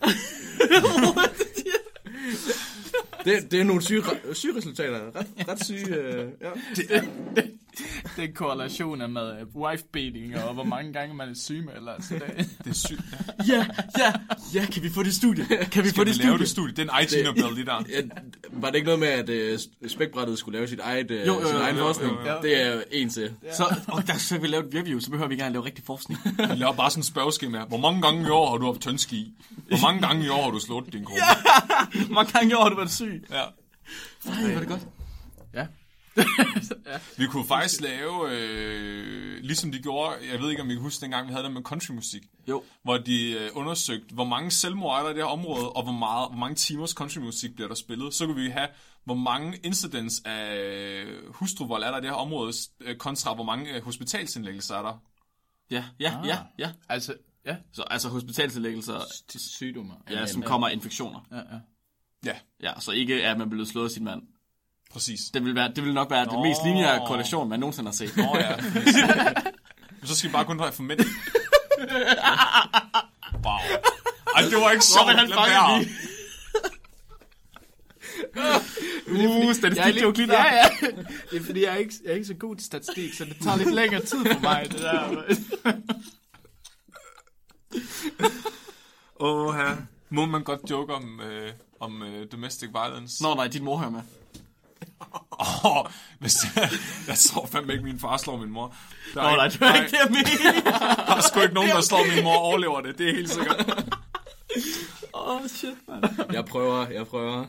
Det, det er nogle syge, syge resultater. Ret, ret syge. Øh, ja. Det er... det er korrelationer med wife-beating, og hvor mange gange man er syg med, eller altså det. Det er sygt. Ja, ja, ja, kan vi få det studie? Kan vi få Skal det vi lave studie? det studie? Det er en Ig-Nobel, det der. Ja, var det ikke noget med, at øh, spækbrættet skulle lave sit eget, øh, Jo, jo, jo, sin egen jo, jo, forskning? jo, jo. Det er en til. Så, og der skal vi lave et review, så behøver vi ikke engang lave rigtig forskning. Vi laver bare sådan en spørgeskema. Hvor mange gange i år har du haft tønski? Hvor mange gange i år har du slået din kone? Hvor mange gange i år har du været syg? Ja. Nej, var det godt. Ja. Vi kunne faktisk lave, øh, ligesom de gjorde, jeg ved ikke, om I kan huske dengang, vi havde det med countrymusik. Jo. Hvor de øh, undersøgte, hvor mange selvmord er der i det her område, og hvor, meget, hvor mange timers countrymusik bliver der spillet. Så kunne vi have, hvor mange incidents af hustruvold er der i det her område, øh, kontra hvor mange øh, hospitalsindlæggelser er der. Ja, ja, Ah. ja, ja. Altså, ja, Så altså hospitalsindlæggelser, til sygdommer. ja, som kommer af infektioner. Ja, ja. Ja, Ja, så ikke at man blev slået af sin mand. præcis. Det vil, være, det vil nok være Nå. den mest lineære korrelation, man nogensinde har set. Nå ja. Men så skal vi bare kun dreje for mænd. Wow. Ej, det var ikke sjovt. Robin, han Lad fanger være. lige. Uh, statistik joke lige der. Ja, ja. Det er fordi, jeg er, ikke, jeg er ikke så god til statistik, så det tager lidt længere tid for mig, det der. Åh, oh, her. Må man godt joke om, øh, om øh, domestic violence? Nå nej, din mor hører med. Åh, oh, hvis jeg, jeg tror fandme ikke, min far slår min mor. Der Nå nej, det var ikke det, jeg mener. Der er sgu ikke nogen, der slår min mor og overlever det. Det er helt sikkert. Åh, oh, shit, man. Jeg prøver, jeg prøver.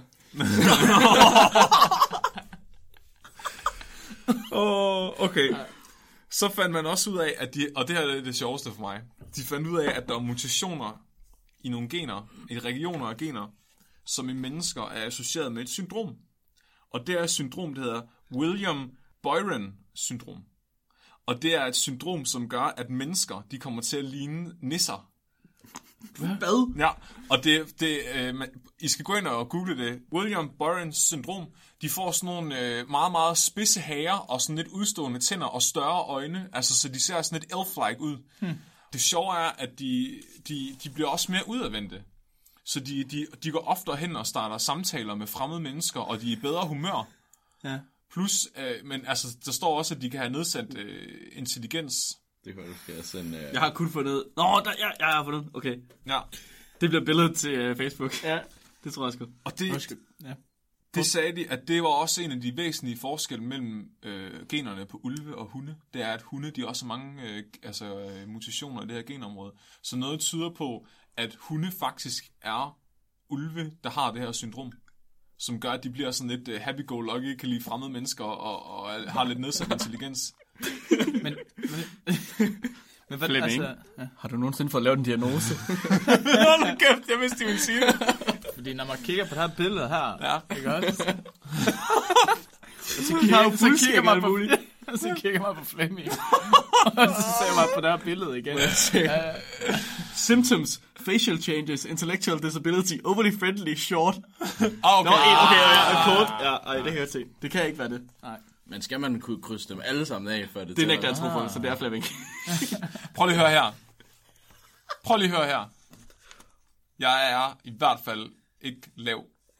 Åh, oh, okay. Så fandt man også ud af, at de, og det her er det sjoveste for mig, de fandt ud af, at der er mutationer i nogle gener, i regioner af gener, som i mennesker er associeret med et syndrom. Og det er et syndrom, der hedder William Byron-syndrom. Og det er et syndrom, som gør, at mennesker, de kommer til at ligne nisser. Hvad? Ja, og det, det, øh, man, I skal gå ind og google det. William Byron syndrom. De får sådan nogle øh, meget, meget spidse hager og sådan lidt udstående tænder og større øjne. Altså, så de ser sådan lidt elf-like ud. Hmm. Det sjove er, at de, de, de bliver også mere udadvendte. Så de, de, de går oftere hen og starter samtaler med fremmede mennesker, og de er i bedre humør. Ja. Plus, øh, men altså, der står også, at de kan have nedsat øh, intelligens. Det kan du skal sende... Øh... Jeg har kun fundet... Nå, der, ja, jeg har fundet... Okay. Ja. Det bliver billedet til uh, Facebook. Ja. Det tror jeg sgu. Og det, Ja. det sagde de, at det var også en af de væsentlige forskelle mellem øh, generne på ulve og hunde. Det er, at hunde, de har også mange øh, altså, øh, mutationer i det her genområde. Så noget tyder på, at hunde faktisk er ulve, der har det her syndrom. Som gør, at de bliver sådan lidt uh, happy-go-lucky, kan lide fremmede mennesker og, og har lidt nedsat intelligens. Men, men, men hvad, Flemming, altså, ja. har du nogensinde fået lavet en diagnose? Nå, nu kæft, jeg vidste, de ville sige det. Fordi når man kigger på det her billede her, Ja. ikke også? så har jo kigger, så kigger man alt på, muligt. så kigger man på Flemming. Og så ser man på det her billede igen. Ja, Symptoms. facial changes, intellectual disability, overly friendly, short. Ah, okay. Nå, okay, okay, ja, kort. Ja, ej, det kan jeg se. Det kan ikke være det. Nej. Men skal man kunne krydse dem alle sammen af, før det Det nægter jeg tro på, så det er Flemming. Prøv lige at høre her. Prøv lige at høre her. Jeg er i hvert fald ikke lav.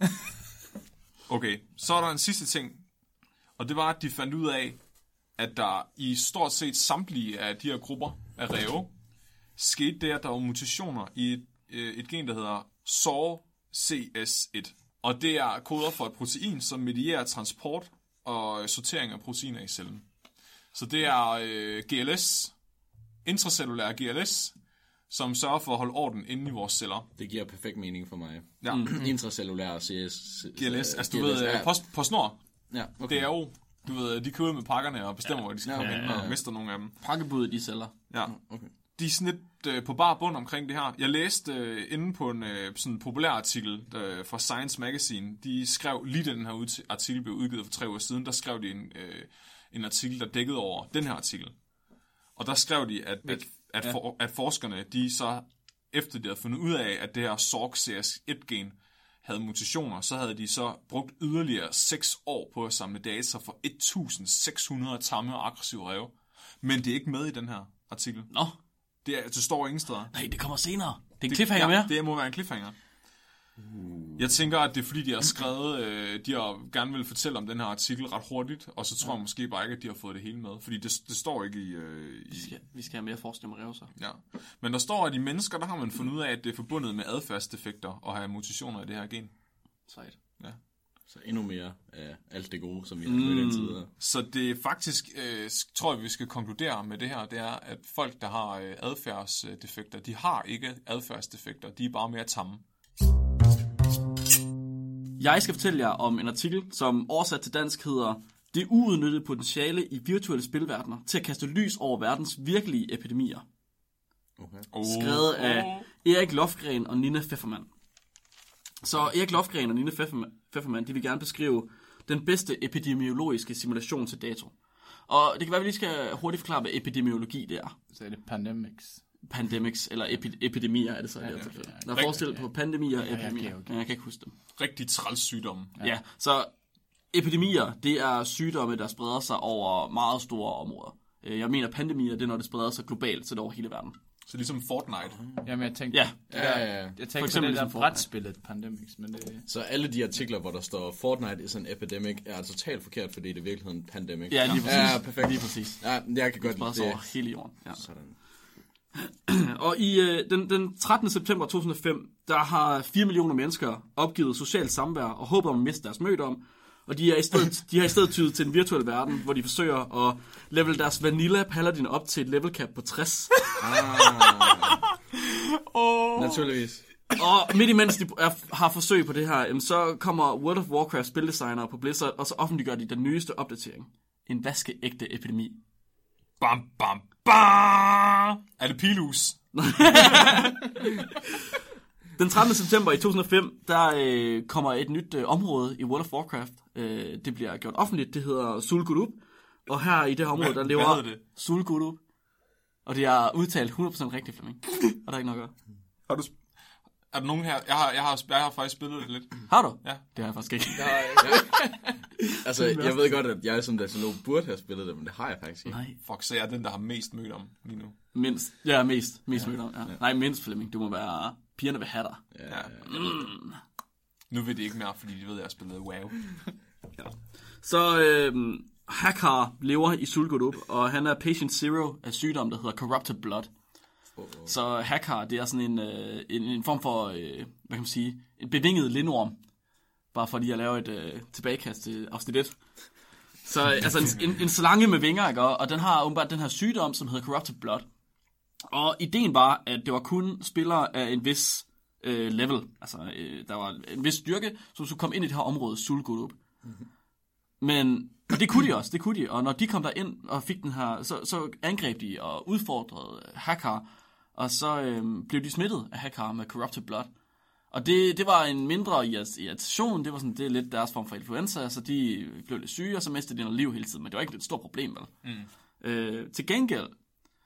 Okay, så er der en sidste ting. Og det var, at de fandt ud af, at der i stort set samtlige af de her grupper af ræve, skete det, at der var mutationer i et, et gen, der hedder S O R C S et. Og det er koder for et protein, som medierer transport og sortering af proteiner i cellen. Så det er øh, G L S, intracellulær G L S, som sørger for at holde orden inde i vores celler. Det giver perfekt mening for mig. Ja. Mm. Intracellulær C S. G L S, altså du G L S, ved, ja. på, på snor. Ja, okay. Det er jo, du ved, de kører ud med pakkerne og bestemmer, ja. hvor de skal Ja, komme okay, ind, og ja, ja. mister nogle af dem. Pakkebuddet i celler. Ja. Okay. De er sådan lidt øh, på bar bund omkring det her. Jeg læste øh, inde på en øh, sådan populær artikel øh, fra Science Magazine. De skrev, lige den her ud- artikel blev udgivet for tre uger siden, der skrev de en, øh, en artikel, der dækkede over den her artikel. Og der skrev de, at, at, at, Ja. for, at forskerne, de så, efter de havde fundet ud af, at det her S O R C S et-gen havde mutationer, så havde de så brugt yderligere seks år på at samle data for et tusind seks hundrede tamme og aggressive ræve. Men det er ikke med i den her artikel. Nå, Det, er, det står ingen steder. nej, det kommer senere. Det er en cliffhanger ja, mere. det må være en cliffhanger. Uh. Jeg tænker, at det er fordi, de har skrevet, øh, de har gerne vil fortælle om den her artikel ret hurtigt, og så tror jeg måske bare ikke, at de har fået det hele med, fordi det, det står ikke i... Øh, i Vi skal, vi skal have mere forskning om ræve, så. ja. Men der står, at i mennesker, der har man fundet ud af, at det er forbundet med adfærdsdefekter og have mutationer i det her gen. Sejt. Ja. Så endnu mere af alt det gode, som vi har mødt indtil videre. Så det er faktisk, øh, tror jeg, vi skal konkludere med det her, det er, at folk, der har øh, adfærdsdefekter, de har ikke adfærdsdefekter, de er bare mere tamme. Jeg skal fortælle jer om en artikel, som oversat til dansk hedder Det uudnyttede potentiale i virtuelle spilverdener til at kaste lys over verdens virkelige epidemier. Okay. Oh. Skrevet af Erik Lofgren og Nina Pfeffermann. Så Erik Lofgren og Nina Pfeffermann, de vil gerne beskrive den bedste epidemiologiske simulation til dato. Og det kan være, at vi lige skal hurtigt forklare, hvad epidemiologi det er. Så er det pandemics. Pandemics, eller epi- epidemier er det så. Ja, okay, okay, ja. Der er forskel på pandemier og Ja, ja, epidemier. okay, okay. Ja, jeg kan ikke huske dem. Rigtig træls sygdomme. Ja. ja, så epidemier, det er sygdomme, der spreder sig over meget store områder. Øh, Jeg mener, pandemier, det er, når det spreder sig globalt, så det er over hele verden. Så ligesom Fortnite. Jamen, jeg tænkte, Ja, Ja, ja, ja. jeg tænkte For på eksempel det der ligesom Fortnite. brætspillet Pandemics, men det... Så alle de artikler, hvor der står Fortnite is an epidemic, er altså totalt forkert, fordi det er virkeligheden en pandemic. ja lige præcis. Ja, perfekt. Lige præcis. Ja, jeg kan godt Spreder lide sig over det. hele jorden. Ja. Sådan. Og i øh, den, den trettende september to tusind og fem, der har fire millioner mennesker opgivet socialt samvær og håber om at miste deres mødom. Og de, er i stedet, de har i stedet tydet til en virtuel verden, hvor de forsøger at level deres Vanilla Paladin op til et level cap på tres. Oh. Naturligvis. Og midt imens de er, har forsøg på det her, jamen, så kommer World of Warcraft spildesignere på Blizzard, og så offentliggør de den nyeste opdatering. En vaskeægte epidemi. Bam, bam, bam! Er det pilus? Den trettende september i to tusind og fem, der øh, kommer et nyt øh, område i World of Warcraft. Øh, det bliver gjort offentligt, det hedder Sul-Gulub. Og her i det her område, Hvad- der hvad lever hedder det? Sul-Gulub. Og det er udtalt hundrede procent rigtigt, Flemming. Og der er ikke noget at gøre. Har du... sp- Er der nogen her? Jeg har, jeg har, jeg har faktisk spillet det lidt. Har du? Ja. Det har jeg faktisk ikke. Ja, ja. Altså, jeg ved godt, at jeg som datalog burde have spillet det, men det har jeg faktisk ikke. Nej, Fuck, så jeg er den, der har mest mødt om lige nu. mindst. Ja, mest. Mest ja. mødt om, ja. Nej, mindst, Flemming. Du må være pigerne ved hatter. Ja. Nu ved de ikke mere, fordi de ved, at jeg har spillet WoW. Så øh, Hakar lever i Sul-Gulub, og han er patient zero af sygdom, der hedder corrupted blood. Så Hakar, det er sådan en, øh, en, en form for, øh, hvad kan man sige, en bevinget lindorm. Bare for lige at lave et øh, tilbagekast til afsnit et. Så øh, altså en, en, en slange med vinger, ikke? Og den har åbenbart den her sygdom, som hedder corrupted blood. Og ideen var, at det var kun spillere af en vis øh, level. Altså, øh, der var en vis styrke, som skulle komme ind i det her område, Sul-Gulub. Mm-hmm. Men og det kunne de også, det kunne de. Og når de kom der ind og fik den her, så, så angreb de og udfordrede Hakar. Og så øhm, blev de smittet af Hakar med corrupted blood. Og det, det var en mindre irritation. Det var sådan, det er lidt deres form for influenza, så de blev lidt syge, og så mistede de noget liv hele tiden. Men det var ikke et stort problem, vel? Mm. Øh, til gengæld,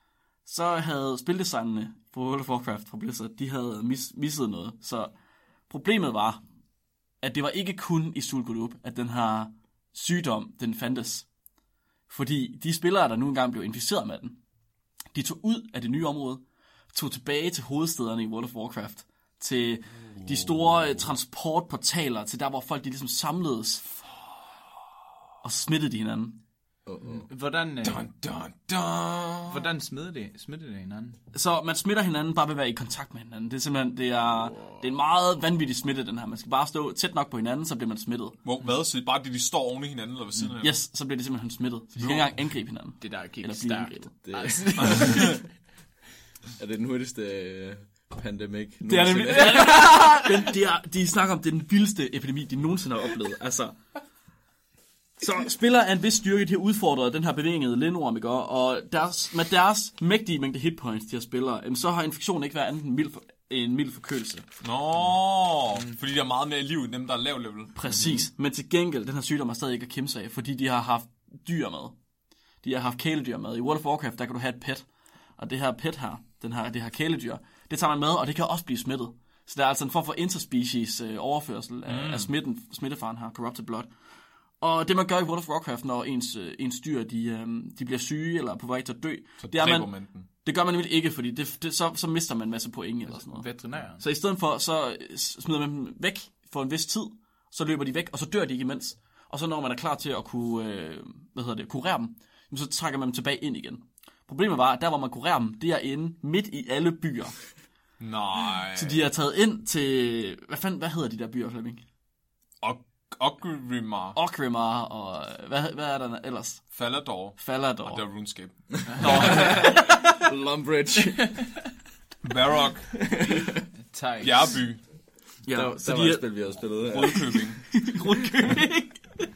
så havde spildesignerne på World of Warcraft fra Blizzard, de havde mis- misset noget. Så problemet var, at det var ikke kun i Sul'Gulup, at den her sygdom, den fandtes. Fordi de spillere, der nu engang blev inficeret med den, de tog ud af det nye område, tog tilbage til hovedstederne i World of Warcraft, til de store transportportaler, til der, hvor folk de ligesom samledes, og smittede de hinanden. Uh-oh. Hvordan, øh, dun, dun, dun. hvordan smitter det, smitter det hinanden? Så man smitter hinanden bare ved at være i kontakt med hinanden. Det er simpelthen, det er, wow. det er en meget vanvittig smitte, den her. Man skal bare stå tæt nok på hinanden, så bliver man smittet. Hvor, hvad? Så bare det, de står oven i hinanden, eller ved siden af hinanden? Yes, så bliver de simpelthen smittet. Så de kan ikke engang angribe hinanden. Det der gik eller stærkt. Det er det den hurtigste pandemic? Det er nemlig. den, de, er, de snakker om, det er den vildeste epidemi, de nogensinde har oplevet. Altså... Så spillere af en vis styrke, de har udfordret den her bevægede lindorm, ikke? Og deres, med deres mægtige mængde hitpoints, de her spillere, så har infektionen ikke været andet end mild for, en mild forkølelse. Nå, mm. fordi der er meget mere liv end dem, der er lav level. Præcis, men til gengæld, den her sygdom har stadig ikke at kæmpe sig af, fordi de har haft dyr med. De har haft kæledyr med. I World of Warcraft, der kan du have et pet. Og det her pet her, den her, det her kæledyr, det tager man med, og det kan også blive smittet. Så der er altså en form for interspecies øh, overførsel af, mm. af smitten, smittefaren her, Corrupted Blood. Og det man gør i World of Warcraft, når ens, ens dyr de, øhm, de bliver syge eller på vej til at dø, så det, er man, man det gør man nemlig ikke, fordi det, det, så, så mister man en masse point eller sådan noget. Veterinær. Så i stedet for, så smider man dem væk for en vis tid, så løber de væk, og så dør de ikke imens. Og så når man er klar til at kunne, øh, hvad hedder det, kurere dem, så trækker man dem tilbage ind igen. Problemet var, at der hvor man kurerer dem, det er inde midt i alle byer. Nej. Så de er taget ind til, hvad fanden, hvad hedder de der byer, Flemming? Og Orgrimmar. Orgrimmar, og hvad, hvad er der ellers? Falador. Falador. Og det er RuneScape. Lumbridge. Varrock. Bjergby. Ja, der, så der de var et spil, vi havde spillet. Rudkøbing. Rudkøbing.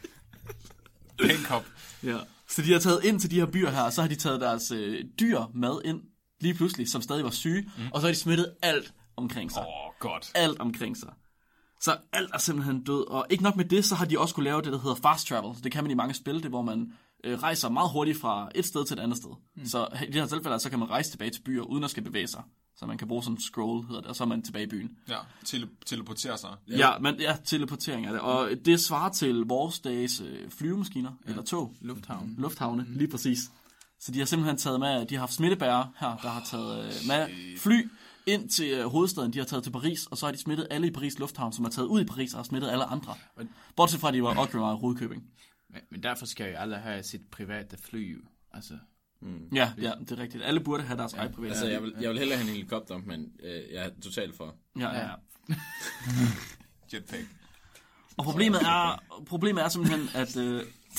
Pænkop. Ja. Så de har taget ind til de her byer her, og så har de taget deres øh, dyr med ind, lige pludselig, som stadig var syge, mm. og så har de smittet alt omkring sig. Åh, oh, godt. Alt omkring sig. Så alt er simpelthen død, og ikke nok med det, så har de også kunne lave det, der hedder fast travel. Det kan man i mange spil, det hvor man øh, rejser meget hurtigt fra et sted til et andet sted. Mm. Så i det her tilfælde, så kan man rejse tilbage til byer, uden at skal bevæge sig. Så man kan bruge sådan en scroll, hedder det, og så er man tilbage i byen. Ja, tele- teleportere sig. Ja, ja, men, ja, teleportering er det. Og det svarer til vores dages øh, flyvemaskiner, ja. Eller tog. Lufthavn. Lufthavne, mm. lige præcis. Så de har simpelthen taget med, de har haft smittebærere her, der har taget øh, med fly ind til øh, hovedstaden, de har taget til Paris, og så har de smittet alle i Paris Lufthavn, som har taget ud i Paris og har smittet alle andre. Bortset fra, at de var Orgrimmar og Rudkøbing. Men, men derfor skal jo alle have sit private fly, altså... Mm. Ja, ja, det er rigtigt. Alle burde have deres ja, eget private. Altså, jeg vil, jeg vil hellere have en helikopter, men øh, jeg er totalt for. Ja, ja. ja. Jetpack. Og problemet er, problemet er simpelthen, at... Øh,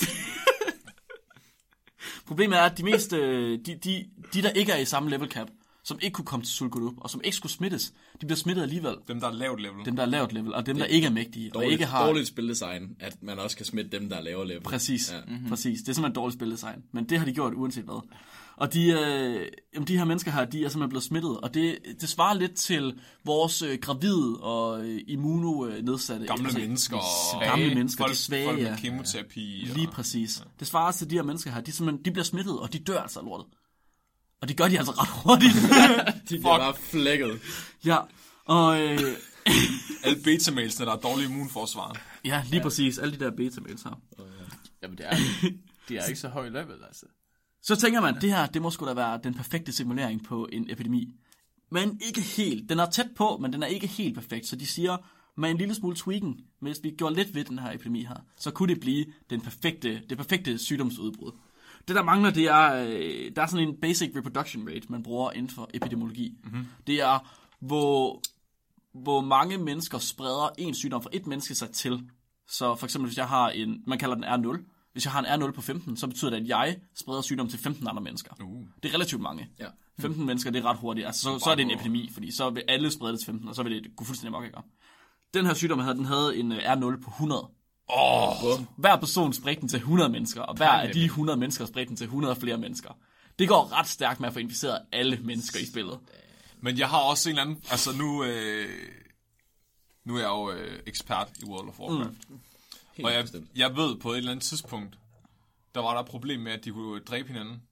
problemet er, at de mest... Øh, de, de, de, der ikke er i samme level cap, som ikke kunne komme til Sul'Gulup, og som ikke skulle smittes, de bliver smittet alligevel. Dem, der er lavt level. Dem, der er lavt level, og dem, der ikke er mægtige. Dårligt, og ikke har... dårligt spildesign, at man også kan smitte dem, der er lavere level. Præcis, ja. mm-hmm. præcis. Det er simpelthen dårligt spildesign. Men det har de gjort uanset hvad. Og de, øh, jamen, de her mennesker her, de er simpelthen blevet smittet, og det, det svarer lidt til vores øh, gravide og øh, immunonedsatte. Gamle altså, mennesker. Svage. Gamle mennesker, folk, de svage. Folk med kemoterapi. Ja. Lige præcis. Ja. Det svarer til de her mennesker her, de, simpelthen, de bliver smittet, og de dør altså af lortet. Og det gør de altså ret hurtigt. De bliver bare flækket. Ja, og... Øh, alle beta-mailsene, der er dårlige immunforsvar. Ja, lige ja. præcis. Alle de der beta-mails her. Oh, ja. Jamen, det er, det er ikke så høj level, altså. Så tænker man, det her, det må sgu da være den perfekte simulering på en epidemi. Men ikke helt. Den er tæt på, men den er ikke helt perfekt. Så de siger, med en lille smule tweaking, hvis vi gjorde lidt ved den her epidemi her, så kunne det blive den perfekte, det perfekte sygdomsudbrud. Det der mangler, det er, der er sådan en basic reproduction rate, man bruger inden for epidemiologi. Mm-hmm. Det er, hvor, hvor mange mennesker spreder en sygdom fra et menneske sig til. Så for eksempel, hvis jeg har en, man kalder den R nul. Hvis jeg har en R nul på femten, så betyder det, at jeg spreder sygdom til femten andre mennesker. Uh. Det er relativt mange. Ja. femten mm. mennesker, det er ret hurtigt. Altså, så, så er det en epidemi, fordi så vil alle sprede det til femten, og så vil det gå fuldstændig mok, ikke? Den her sygdom, den havde en R nul på hundrede. Oh. Hver person spredte den til hundrede mennesker, og hver af de hundrede mennesker spredte den til hundrede flere mennesker. Det går ret stærkt med at få inficeret alle mennesker i spillet. Men jeg har også en eller anden... Altså nu... Øh, nu er jeg jo øh, ekspert i World of Warcraft. Mm. Og jeg, jeg ved på et eller andet tidspunkt, der var der et problem med, at de kunne dræbe hinanden.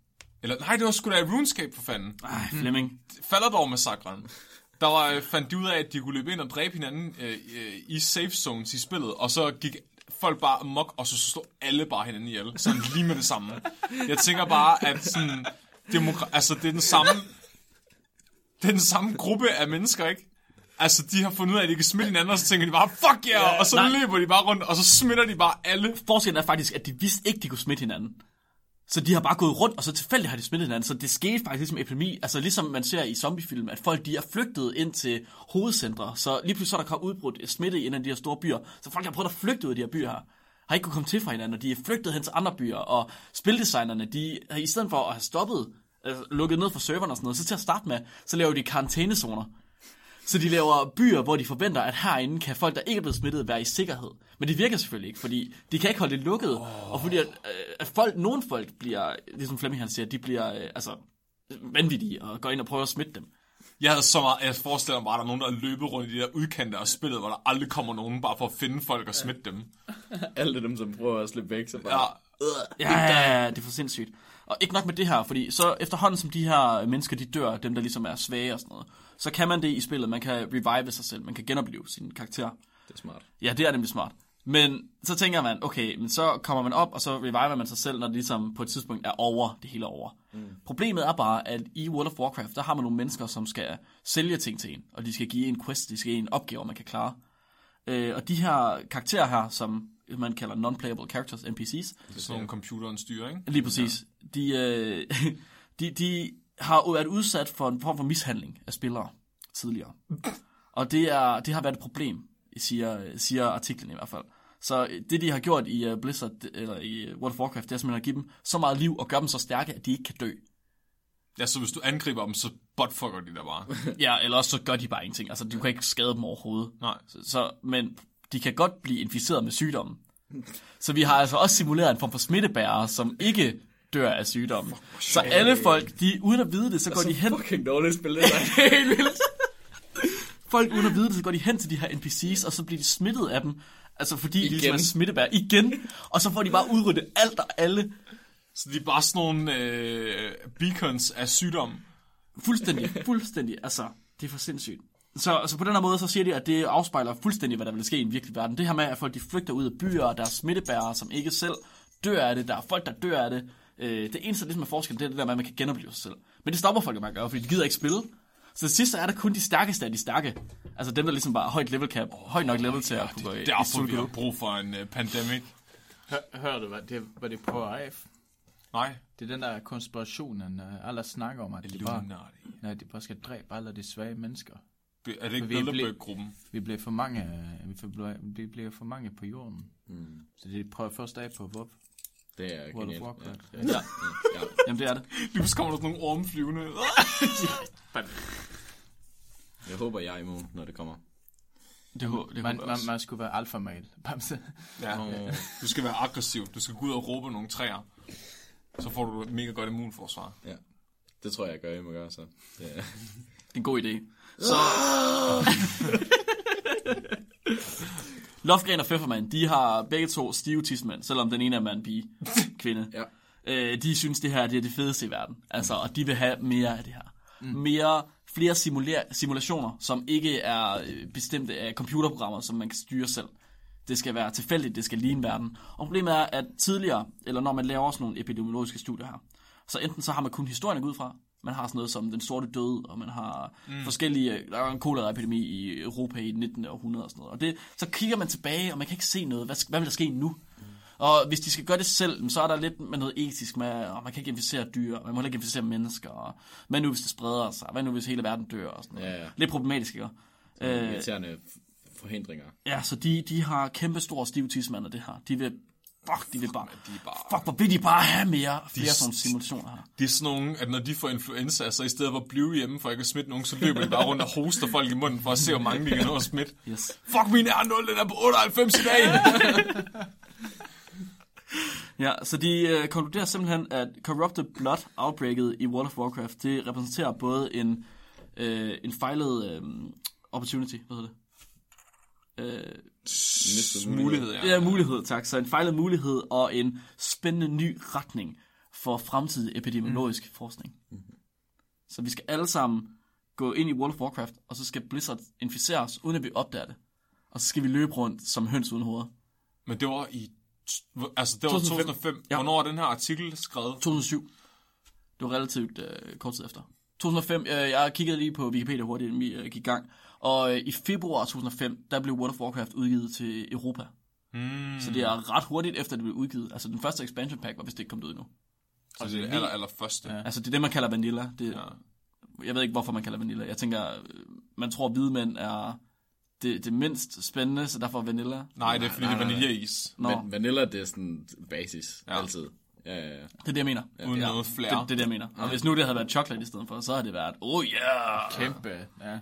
Eller nej, det var sgu da i RuneScape for fanden. Ej, Flemming. Fallardor-massakren. Der var, fandt de ud af, at de kunne løbe ind og dræbe hinanden øh, øh, i safe zones i spillet, og så gik folk bare amok, og så slog alle bare hinanden ihjel. Sådan lige med det samme. Jeg tænker bare, at sådan, demokra- altså, det er den samme... Det er den samme gruppe af mennesker, ikke? Altså, de har fundet ud af, at de kan smitte hinanden, og så tænker de bare, fuck yeah! Ja, og så nej. løber de bare rundt, og så smitter de bare alle. Forskellen er faktisk, at de vidste ikke, de kunne smitte hinanden. Så de har bare gået rundt, og så tilfældigt har de smittet hinanden. Så det skete faktisk ligesom epidemi. Altså ligesom man ser i zombiefilm, at folk de er flygtet ind til hovedcentre. Så lige pludselig så er der kommet udbrudt smitte i en af de her store byer. Så folk har prøvet at flygte ud af de her byer her. Har ikke kunnet komme til fra hinanden, og de er flygtet hen til andre byer. Og spildesignerne, de har i stedet for at have stoppet, altså, lukket ned for serverne og sådan noget, så til at starte med, så laver de karantænezoner. Så de laver byer, hvor de forventer, at herinde kan folk, der ikke er blevet smittet, være i sikkerhed. Men det virker selvfølgelig ikke, fordi de kan ikke holde det lukket. Oh. Og fordi at, at folk, nogle folk bliver, ligesom Flemming han siger, de bliver altså vanvittige og går ind og prøver at smitte dem. Jeg havde så meget, jeg forestiller mig bare, at der er nogen, der løber rundt i de der udkante af spillet, hvor der aldrig kommer nogen, bare for at finde folk og smitte dem. Alle dem, som prøver at slippe væk, så bare... Ja, ja, ja, det er for sindssygt. Og ikke nok med det her, fordi så efterhånden som de her mennesker, de dør, dem der ligesom er svage og sådan noget, så kan man det i spillet, man kan revive sig selv, man kan genopleve sin karakter. Det er smart. Ja, det er nemlig smart. Men så tænker man, okay, men så kommer man op, og så reviver man sig selv, når det ligesom på et tidspunkt er over, det hele er over. Mm. Problemet er bare, at i World of Warcraft, der har man nogle mennesker, som skal sælge ting til en, og de skal give en quest, de skal give en opgave, man kan klare. Øh, og de her karakterer her, som man kalder non-playable characters, N P Cs. Det er sådan nogle computeren styrer, ikke? Lige præcis. Ja. De, øh, de, de har været udsat for en form for mishandling af spillere tidligere. Og det, er, det har været et problem, siger, siger artiklen i hvert fald. Så det, de har gjort i uh, Blizzard, eller i World of Warcraft, det er simpelthen at give dem så meget liv og gøre dem så stærke, at de ikke kan dø. Ja, så hvis du angriber dem, så buttfucker de der bare. Ja, eller også så gør de bare ingenting. Altså, du kan ikke skade dem overhovedet. Nej. Så, så, men de kan godt blive inficeret med sygdommen. Så vi har altså også simuleret en form for smittebærere, som ikke dør af sygdommen. Så alle folk, de uden at vide det, så går de hen... Det er så fucking dårligt spil, det er helt vildt. Folk uden at vide det, så går de hen til de her N P C's, og så bliver de smittet af dem. Altså fordi igen. De ligesom er smittebærer igen. Og så får de bare udryddet alt og alle. Så de er bare sådan nogle øh, beacons af sygdom. Fuldstændig, fuldstændig. Altså, det er for sindssygt. Så, så på den her måde, så siger de, at det afspejler fuldstændig, hvad der vil ske i en virkelig verden. Det her med, at folk de flygter ud af byer, og der er smittebærere, som ikke selv dør af det. Der er folk, der dør af det. Øh, det eneste, der ligesom er forskel, det er det der med, at man kan genopleve sig selv. Men det stopper folk med at gøre, fordi de gider ikke spille. Så til sidst så er der kun de stærkeste af de stærke. Altså dem, der ligesom bare har højt level cap, oh, højt nok level til ja, at kunne det, gå i derfor vi har brug for en uh, pandemic. Hør, hør du, hvad det, hvad det på A F? Nej. Det er den der konspirationen, uh, alle snakker om, at de bare, nej, de bare skal dræbe alle de svage mennesker. Be, er det ikke Bilderberg-gruppen? Vi bliver for mange, vi bliver, vi bliver for mange på jorden. Mm. Så de prøver først af på V O P. Det er World of genialt. Warcraft. Ja. Ja. Ja. Jamen det er det. Nu kommer der sådan nogle ormflyvende. Jeg håber, jeg er immun, når det kommer. Det, det man, man, man skulle være alfa-male. Bamse. Ja, oh. Du skal være aggressiv. Du skal gå ud og råbe nogle træer. Så får du et mega godt immunforsvar. Ja, det tror jeg, jeg gør, jeg må gøre så. Det er, det er en god idé. Så... Lofgren og Pfefferman, de har begge to stive tidsmænd, selvom den ene er mand, pige, kvinde. Ja. Øh, de synes, det her det er det fedeste i verden. Altså, og de vil have mere af det her. Mm. Mere, flere simuler- simulationer, som ikke er bestemte af computerprogrammer, som man kan styre selv. Det skal være tilfældigt, det skal ligne verden. Og problemet er, at tidligere, eller når man laver sådan nogle epidemiologiske studier her, så enten så har man kun historien at gå ud fra, man har sådan noget som den sorte død, og man har mm. forskellige, der er en koleraepidemi i Europa i nittende århundrede og sådan noget. Og det, så kigger man tilbage, og man kan ikke se noget. Hvad, hvad vil der ske nu? Mm. Og hvis de skal gøre det selv, så er der lidt med noget etisk med, og man kan ikke inficere dyr, man må heller ikke inficere mennesker, og hvad nu hvis det spreder sig, hvad nu hvis hele verden dør og sådan noget. Ja, ja. Lidt problematisk, ikke? Øh, irriterende forhindringer. Ja, så de, de har kæmpe store stive tidsmænd af det her. De vil Fuck, de vil bare, de bare... Fuck, hvor vil de bare have mere, flere de, sådan simulationer her. Det er sådan nogle, at når de får influenza, så i stedet for at blive hjemme, for ikke at smitte nogen, så løber de bare rundt og hoster folk i munden, for at se, hvor mange de kan nå at smitte. Yes. Fuck, min R nul, den er på otteoghalvfems i dag! Ja, så de øh, konkluderer simpelthen, at Corrupted Blood outbreaket i World of Warcraft, det repræsenterer både en, øh, en fejlet øh, opportunity, hvad hedder det? Øh, mulighed, ja. Ja, mulighed, tak. Så en fejlet mulighed og en spændende ny retning for fremtidig epidemiologisk mm. forskning. Mm-hmm. Så vi skal alle sammen gå ind i World of Warcraft, og så skal Blizzard inficere os, uden at vi opdager det. Og så skal vi løbe rundt som høns uden hoveder. Men det var i altså det var to tusind og fem. Ja. Hvornår er den her artikel skrevet? to tusind og syv. Det var relativt øh, kort tid efter. to tusind og fem, øh, jeg kiggede lige på Wikipedia hurtigt, inden vi øh, gik i gang. Og øh, i februar to tusind og fem, der blev World of Warcraft udgivet til Europa. Hmm. Så det er ret hurtigt efter, det blev udgivet. Altså den første expansion pack var vist ikke kommet ud endnu. Så altså, det er det aller, aller første. Ja. Altså det er det, man kalder vanilla. Det, ja. Jeg ved ikke, hvorfor man kalder vanilla. Jeg tænker, man tror, hvide mænd er det, det mindst spændende, så derfor vanilla. Nej, det er fordi, nej, det er vaniljeis. Van- vanilla, det er sådan basis, ja. Altid. Ja, ja, ja. Det er det, jeg mener. Ja. Uden ja. noget flere. Det, det er det, jeg mener. Og ja. Hvis nu det havde været chocolate i stedet for, så havde det været, oh yeah! Kæmpe, ja.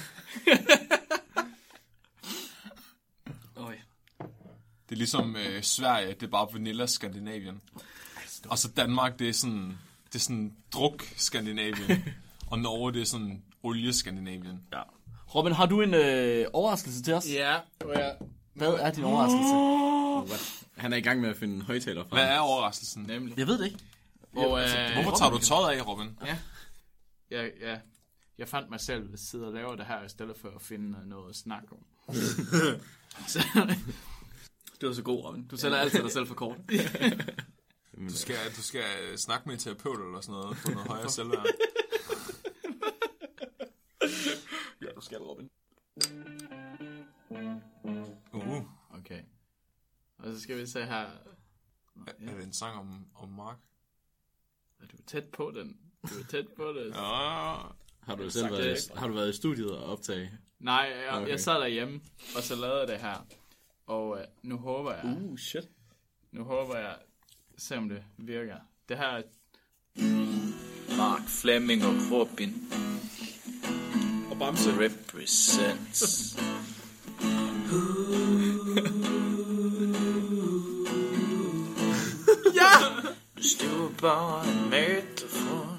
Oj. Det er ligesom øh, Sverige, det er bare vanilla Skandinavien. Og så Danmark, det er sådan, det er sådan druk Skandinavien. Og Norge, det er sådan olie Skandinavien. Ja. Robin, har du en øh, overraskelse til os? Ja, og jeg... Hvad er din overraskelse? What? Han er i gang med at finde en højtaler frem. Hvad er overraskelsen? Nemlig. Jeg ved det ikke. Og, øh, altså, hvorfor tager du tøjet af, Robin? Ja. Ja, ja. Jeg fandt mig selv ved at sidde og lave det her, i stedet for at finde noget at snakke om. Så, du er så god, Robin. Du sælger ja. altid dig selv for kort. Du skal, du skal snakke med en terapeut eller sådan noget, for noget højere selvværd. Ja, du skal, Robin. Uh. Okay. Og så skal vi se her. Er, er det en sang om, om Mark? Er du tæt på den? Du er tæt på det. Ja. Har du selv været, har du været i studiet og optage? Nej, jeg, okay. jeg sad derhjemme, og så lavede jeg det her. Og uh, nu håber jeg... Uh, shit. Nu håber jeg, se om det virker. Det her er... Mark Flemming og Robin. Og Bamse. Represents. Ja! Du stod bare en meter fra.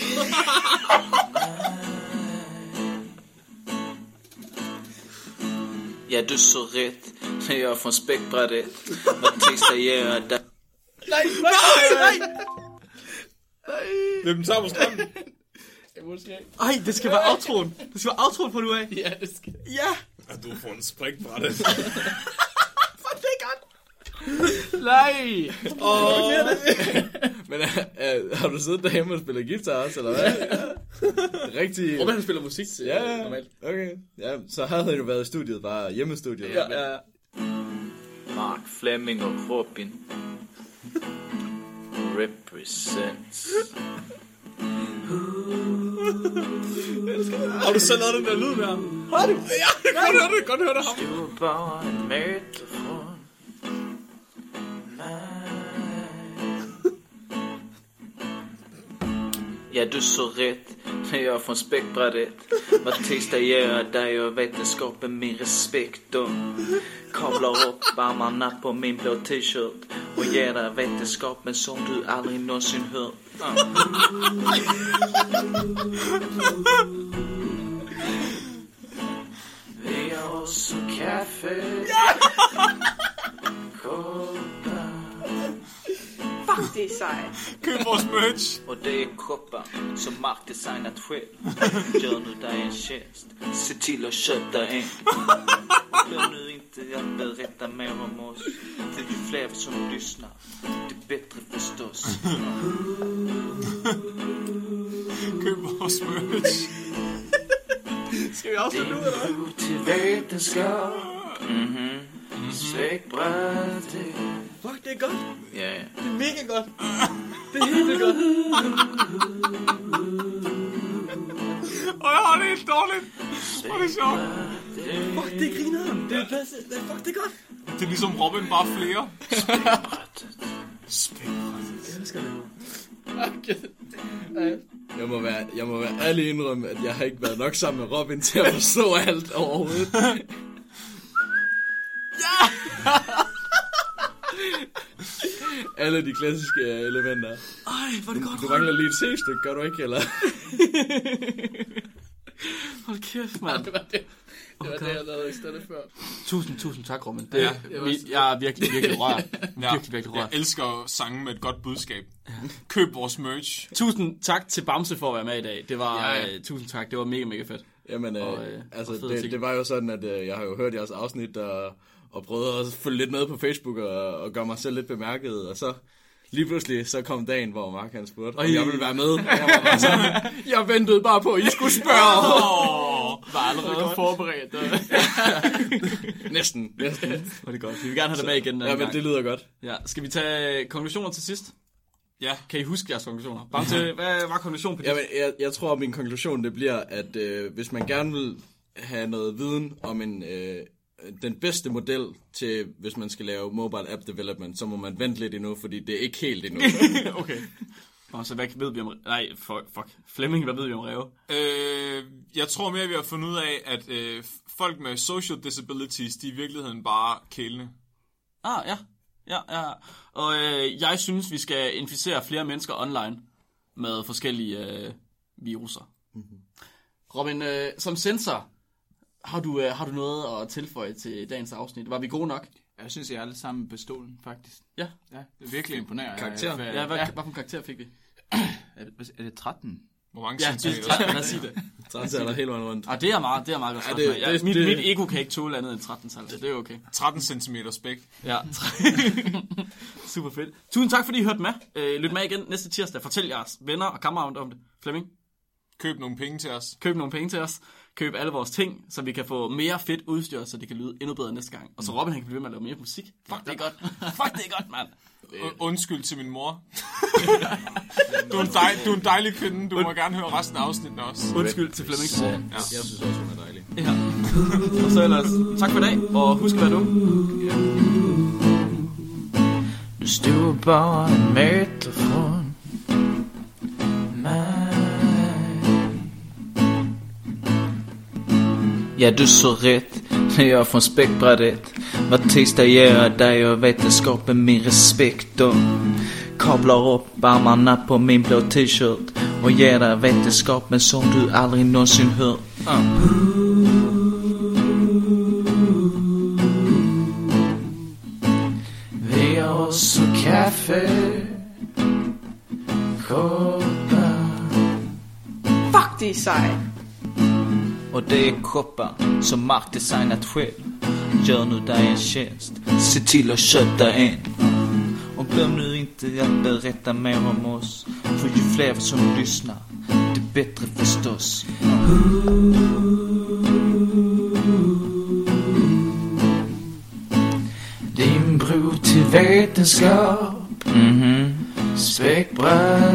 Ja, du så rätt. Jag är från Späckbrädet. Vad tisdag ger dig. Nej, nej, nej! Løb den sammen på strømmen. Ej, det skal være outroen. Det skal være outroen for nu af. Ja, det skal... Ja! Ja, du får en sprækbrættet. For det er godt. Nej! Åh! Men uh, uh, har du siddet derhjemme og spillet guitar også, eller hvad? Rigtig... Robin, han spiller musik til ja, normalt. Okay. Ja, så havde du været i studiet, bare hjemmestudiet. Ja, ja, ja. Mark Flemming og Robin. Represents. Har du selv lavet den der lyd der? Har du? Ja, jeg kan godt høre det, godt høre det ham. Du er bare en meter fra. Ja, du så rätt. Jag är från Späckbrädet. Vad tisdag ger dig och vetenskapen min respekt och kavlar upp armarna på min blå t-shirt och ger dig vetenskapen som du aldrig någonsin hört. Vi har också kaffe. Fuck, det är sej. Køb vores merch. Och det är koppar som Mark designat själv. Gör nu dig en tjänst. Se till att köpa en. Glöm nu inte att berätta mer om oss. För ju fler som lyssnar, det bättre förstås. Køb vores merch. Skal vi afslutte nu, eller hvad? Till vetenskap. Mhm. Späckbrädet. Fuck, det er godt. Ja, ja. Det er mega godt. Det er helt vildt godt. Og jeg har det helt dårligt. Hvor er det sjovt. Fuck, det griner han. Det er bedste. Fuck, det er godt. Det er ligesom Robin, bare flere. Späckbrädet. Spækbrættet. Jeg elsker det. Okay. Jeg må være, jeg må være ærlig indrømme, at jeg har ikke været nok sammen med Robin til at forstå alt overhovedet. Ja! Alle de klassiske elementer. Ej, hvor er det godt. Du mangler lige et C-stykke, gør du ikke, eller? Hold kæft, mand. Det var det, det, var det jeg lavede i stedet før. Tusind, tusind tak, Robin. Det, Ja. ja, vi, jeg er virkelig, virkelig rørt. Ja, Virkelig, virkelig jeg rørt. elsker sange med et godt budskab. Køb vores merch. Tusind tak til Bamse for at være med i dag. Det var, Ja, ja. uh, tusind tak. Det var mega, mega fedt. Jamen, øh, Og, øh, altså, og fede det, ting. det var jo sådan, at øh, jeg har jo hørt jeres afsnit, og, og prøvet at følge lidt med på Facebook, og, og gøre mig selv lidt bemærket, og så lige pludselig, så kom dagen, hvor Mark han spurgte, om Ej. jeg ville være med. Og jeg, var bare sådan, jeg ventede bare på, at I skulle spørge. Åh, Var allerede forberedt. Næsten, næsten. Var det godt. Vi vil gerne have dig med igen den Ja, anden men gang. det lyder godt. Ja, skal vi tage konklusioner til sidst? ja. Kan I huske jeres konklusioner? Bamse, hvad var konklusionen på det? Jamen, jeg, jeg tror, at min konklusion det bliver, at øh, hvis man gerne vil have noget viden om en, øh, den bedste model til, hvis man skal lave mobile app development, så må man vente lidt endnu, fordi det er ikke helt endnu. Okay. Og så hvad ved vi om... Nej, fuck, fuck. Flemming, hvad ved vi om ræve? Øh, jeg tror mere, vi har fundet ud af, at øh, folk med social disabilities, de er i virkeligheden bare kælende. Ah, ja. Ja, ja. Og øh, jeg synes, vi skal inficere flere mennesker online med forskellige øh, viruser. Mm-hmm. Robin, øh, som sensor, har du, øh, har du noget at tilføje til dagens afsnit? Var vi gode nok? Jeg synes, jeg er alle sammen på stolen, faktisk. Ja. Ja, det er virkelig imponerende. Karakter? Jeg- Ja, hvad, ja. hvad for en karakter fik vi? Er det, er det tretten? Hvor mange Ja, det centimeter? er lad os sige det. Så er der hele vejen rundt. Ah, det er meget, det er meget godt. Ja, Ja, det- det, ja, det- mit, det- mit ego kan ikke tåle andet end tretten-tal, så det er okay. tretten centimeter spæk. Ja. Super fedt. Tusind tak, fordi I hørte med. Øh, lyt med igen næste tirsdag. Fortæl jeres venner og kammerater om det. Flemming, Køb nogle penge til os. køb nogle penge til os. Køb alle vores ting, så vi kan få mere fedt udstyr, så det kan lyde endnu bedre næste gang. Og så Robin, han kan blive ved med at lave mere musik. Fuck, det er godt. Fuck, det er godt, mand. U- undskyld til min mor. du, er en dej, du er en dejlig kvinde. Du må gerne høre resten af afsnittet også. Undskyld til Flemmings mor. Ja. Jeg synes også, hun er dejlig. Ja. Og så ellers, tak for i dag, og husk at være du. Du stod bare en meter från mig. Ja, du så rätt. Jag är från Späckbrädet. Var tisdag ger jag dig och vetenskapen min respekt och kablar upp armarna på min blå t-shirt och ger dig vetenskapen som du aldrig någonsin hört. uh. Vi har också kaffe, koppar. Fuck, de er seje. Och det är koppar som Mark designat själv. Gör nu dig en tjänst, se till att köpa en. Och glöm nu inte att berätta mer om oss. För ju fler som lyssnar, det bättre förstås. Din bro till vetenskap. Mhm. Späckbrädet.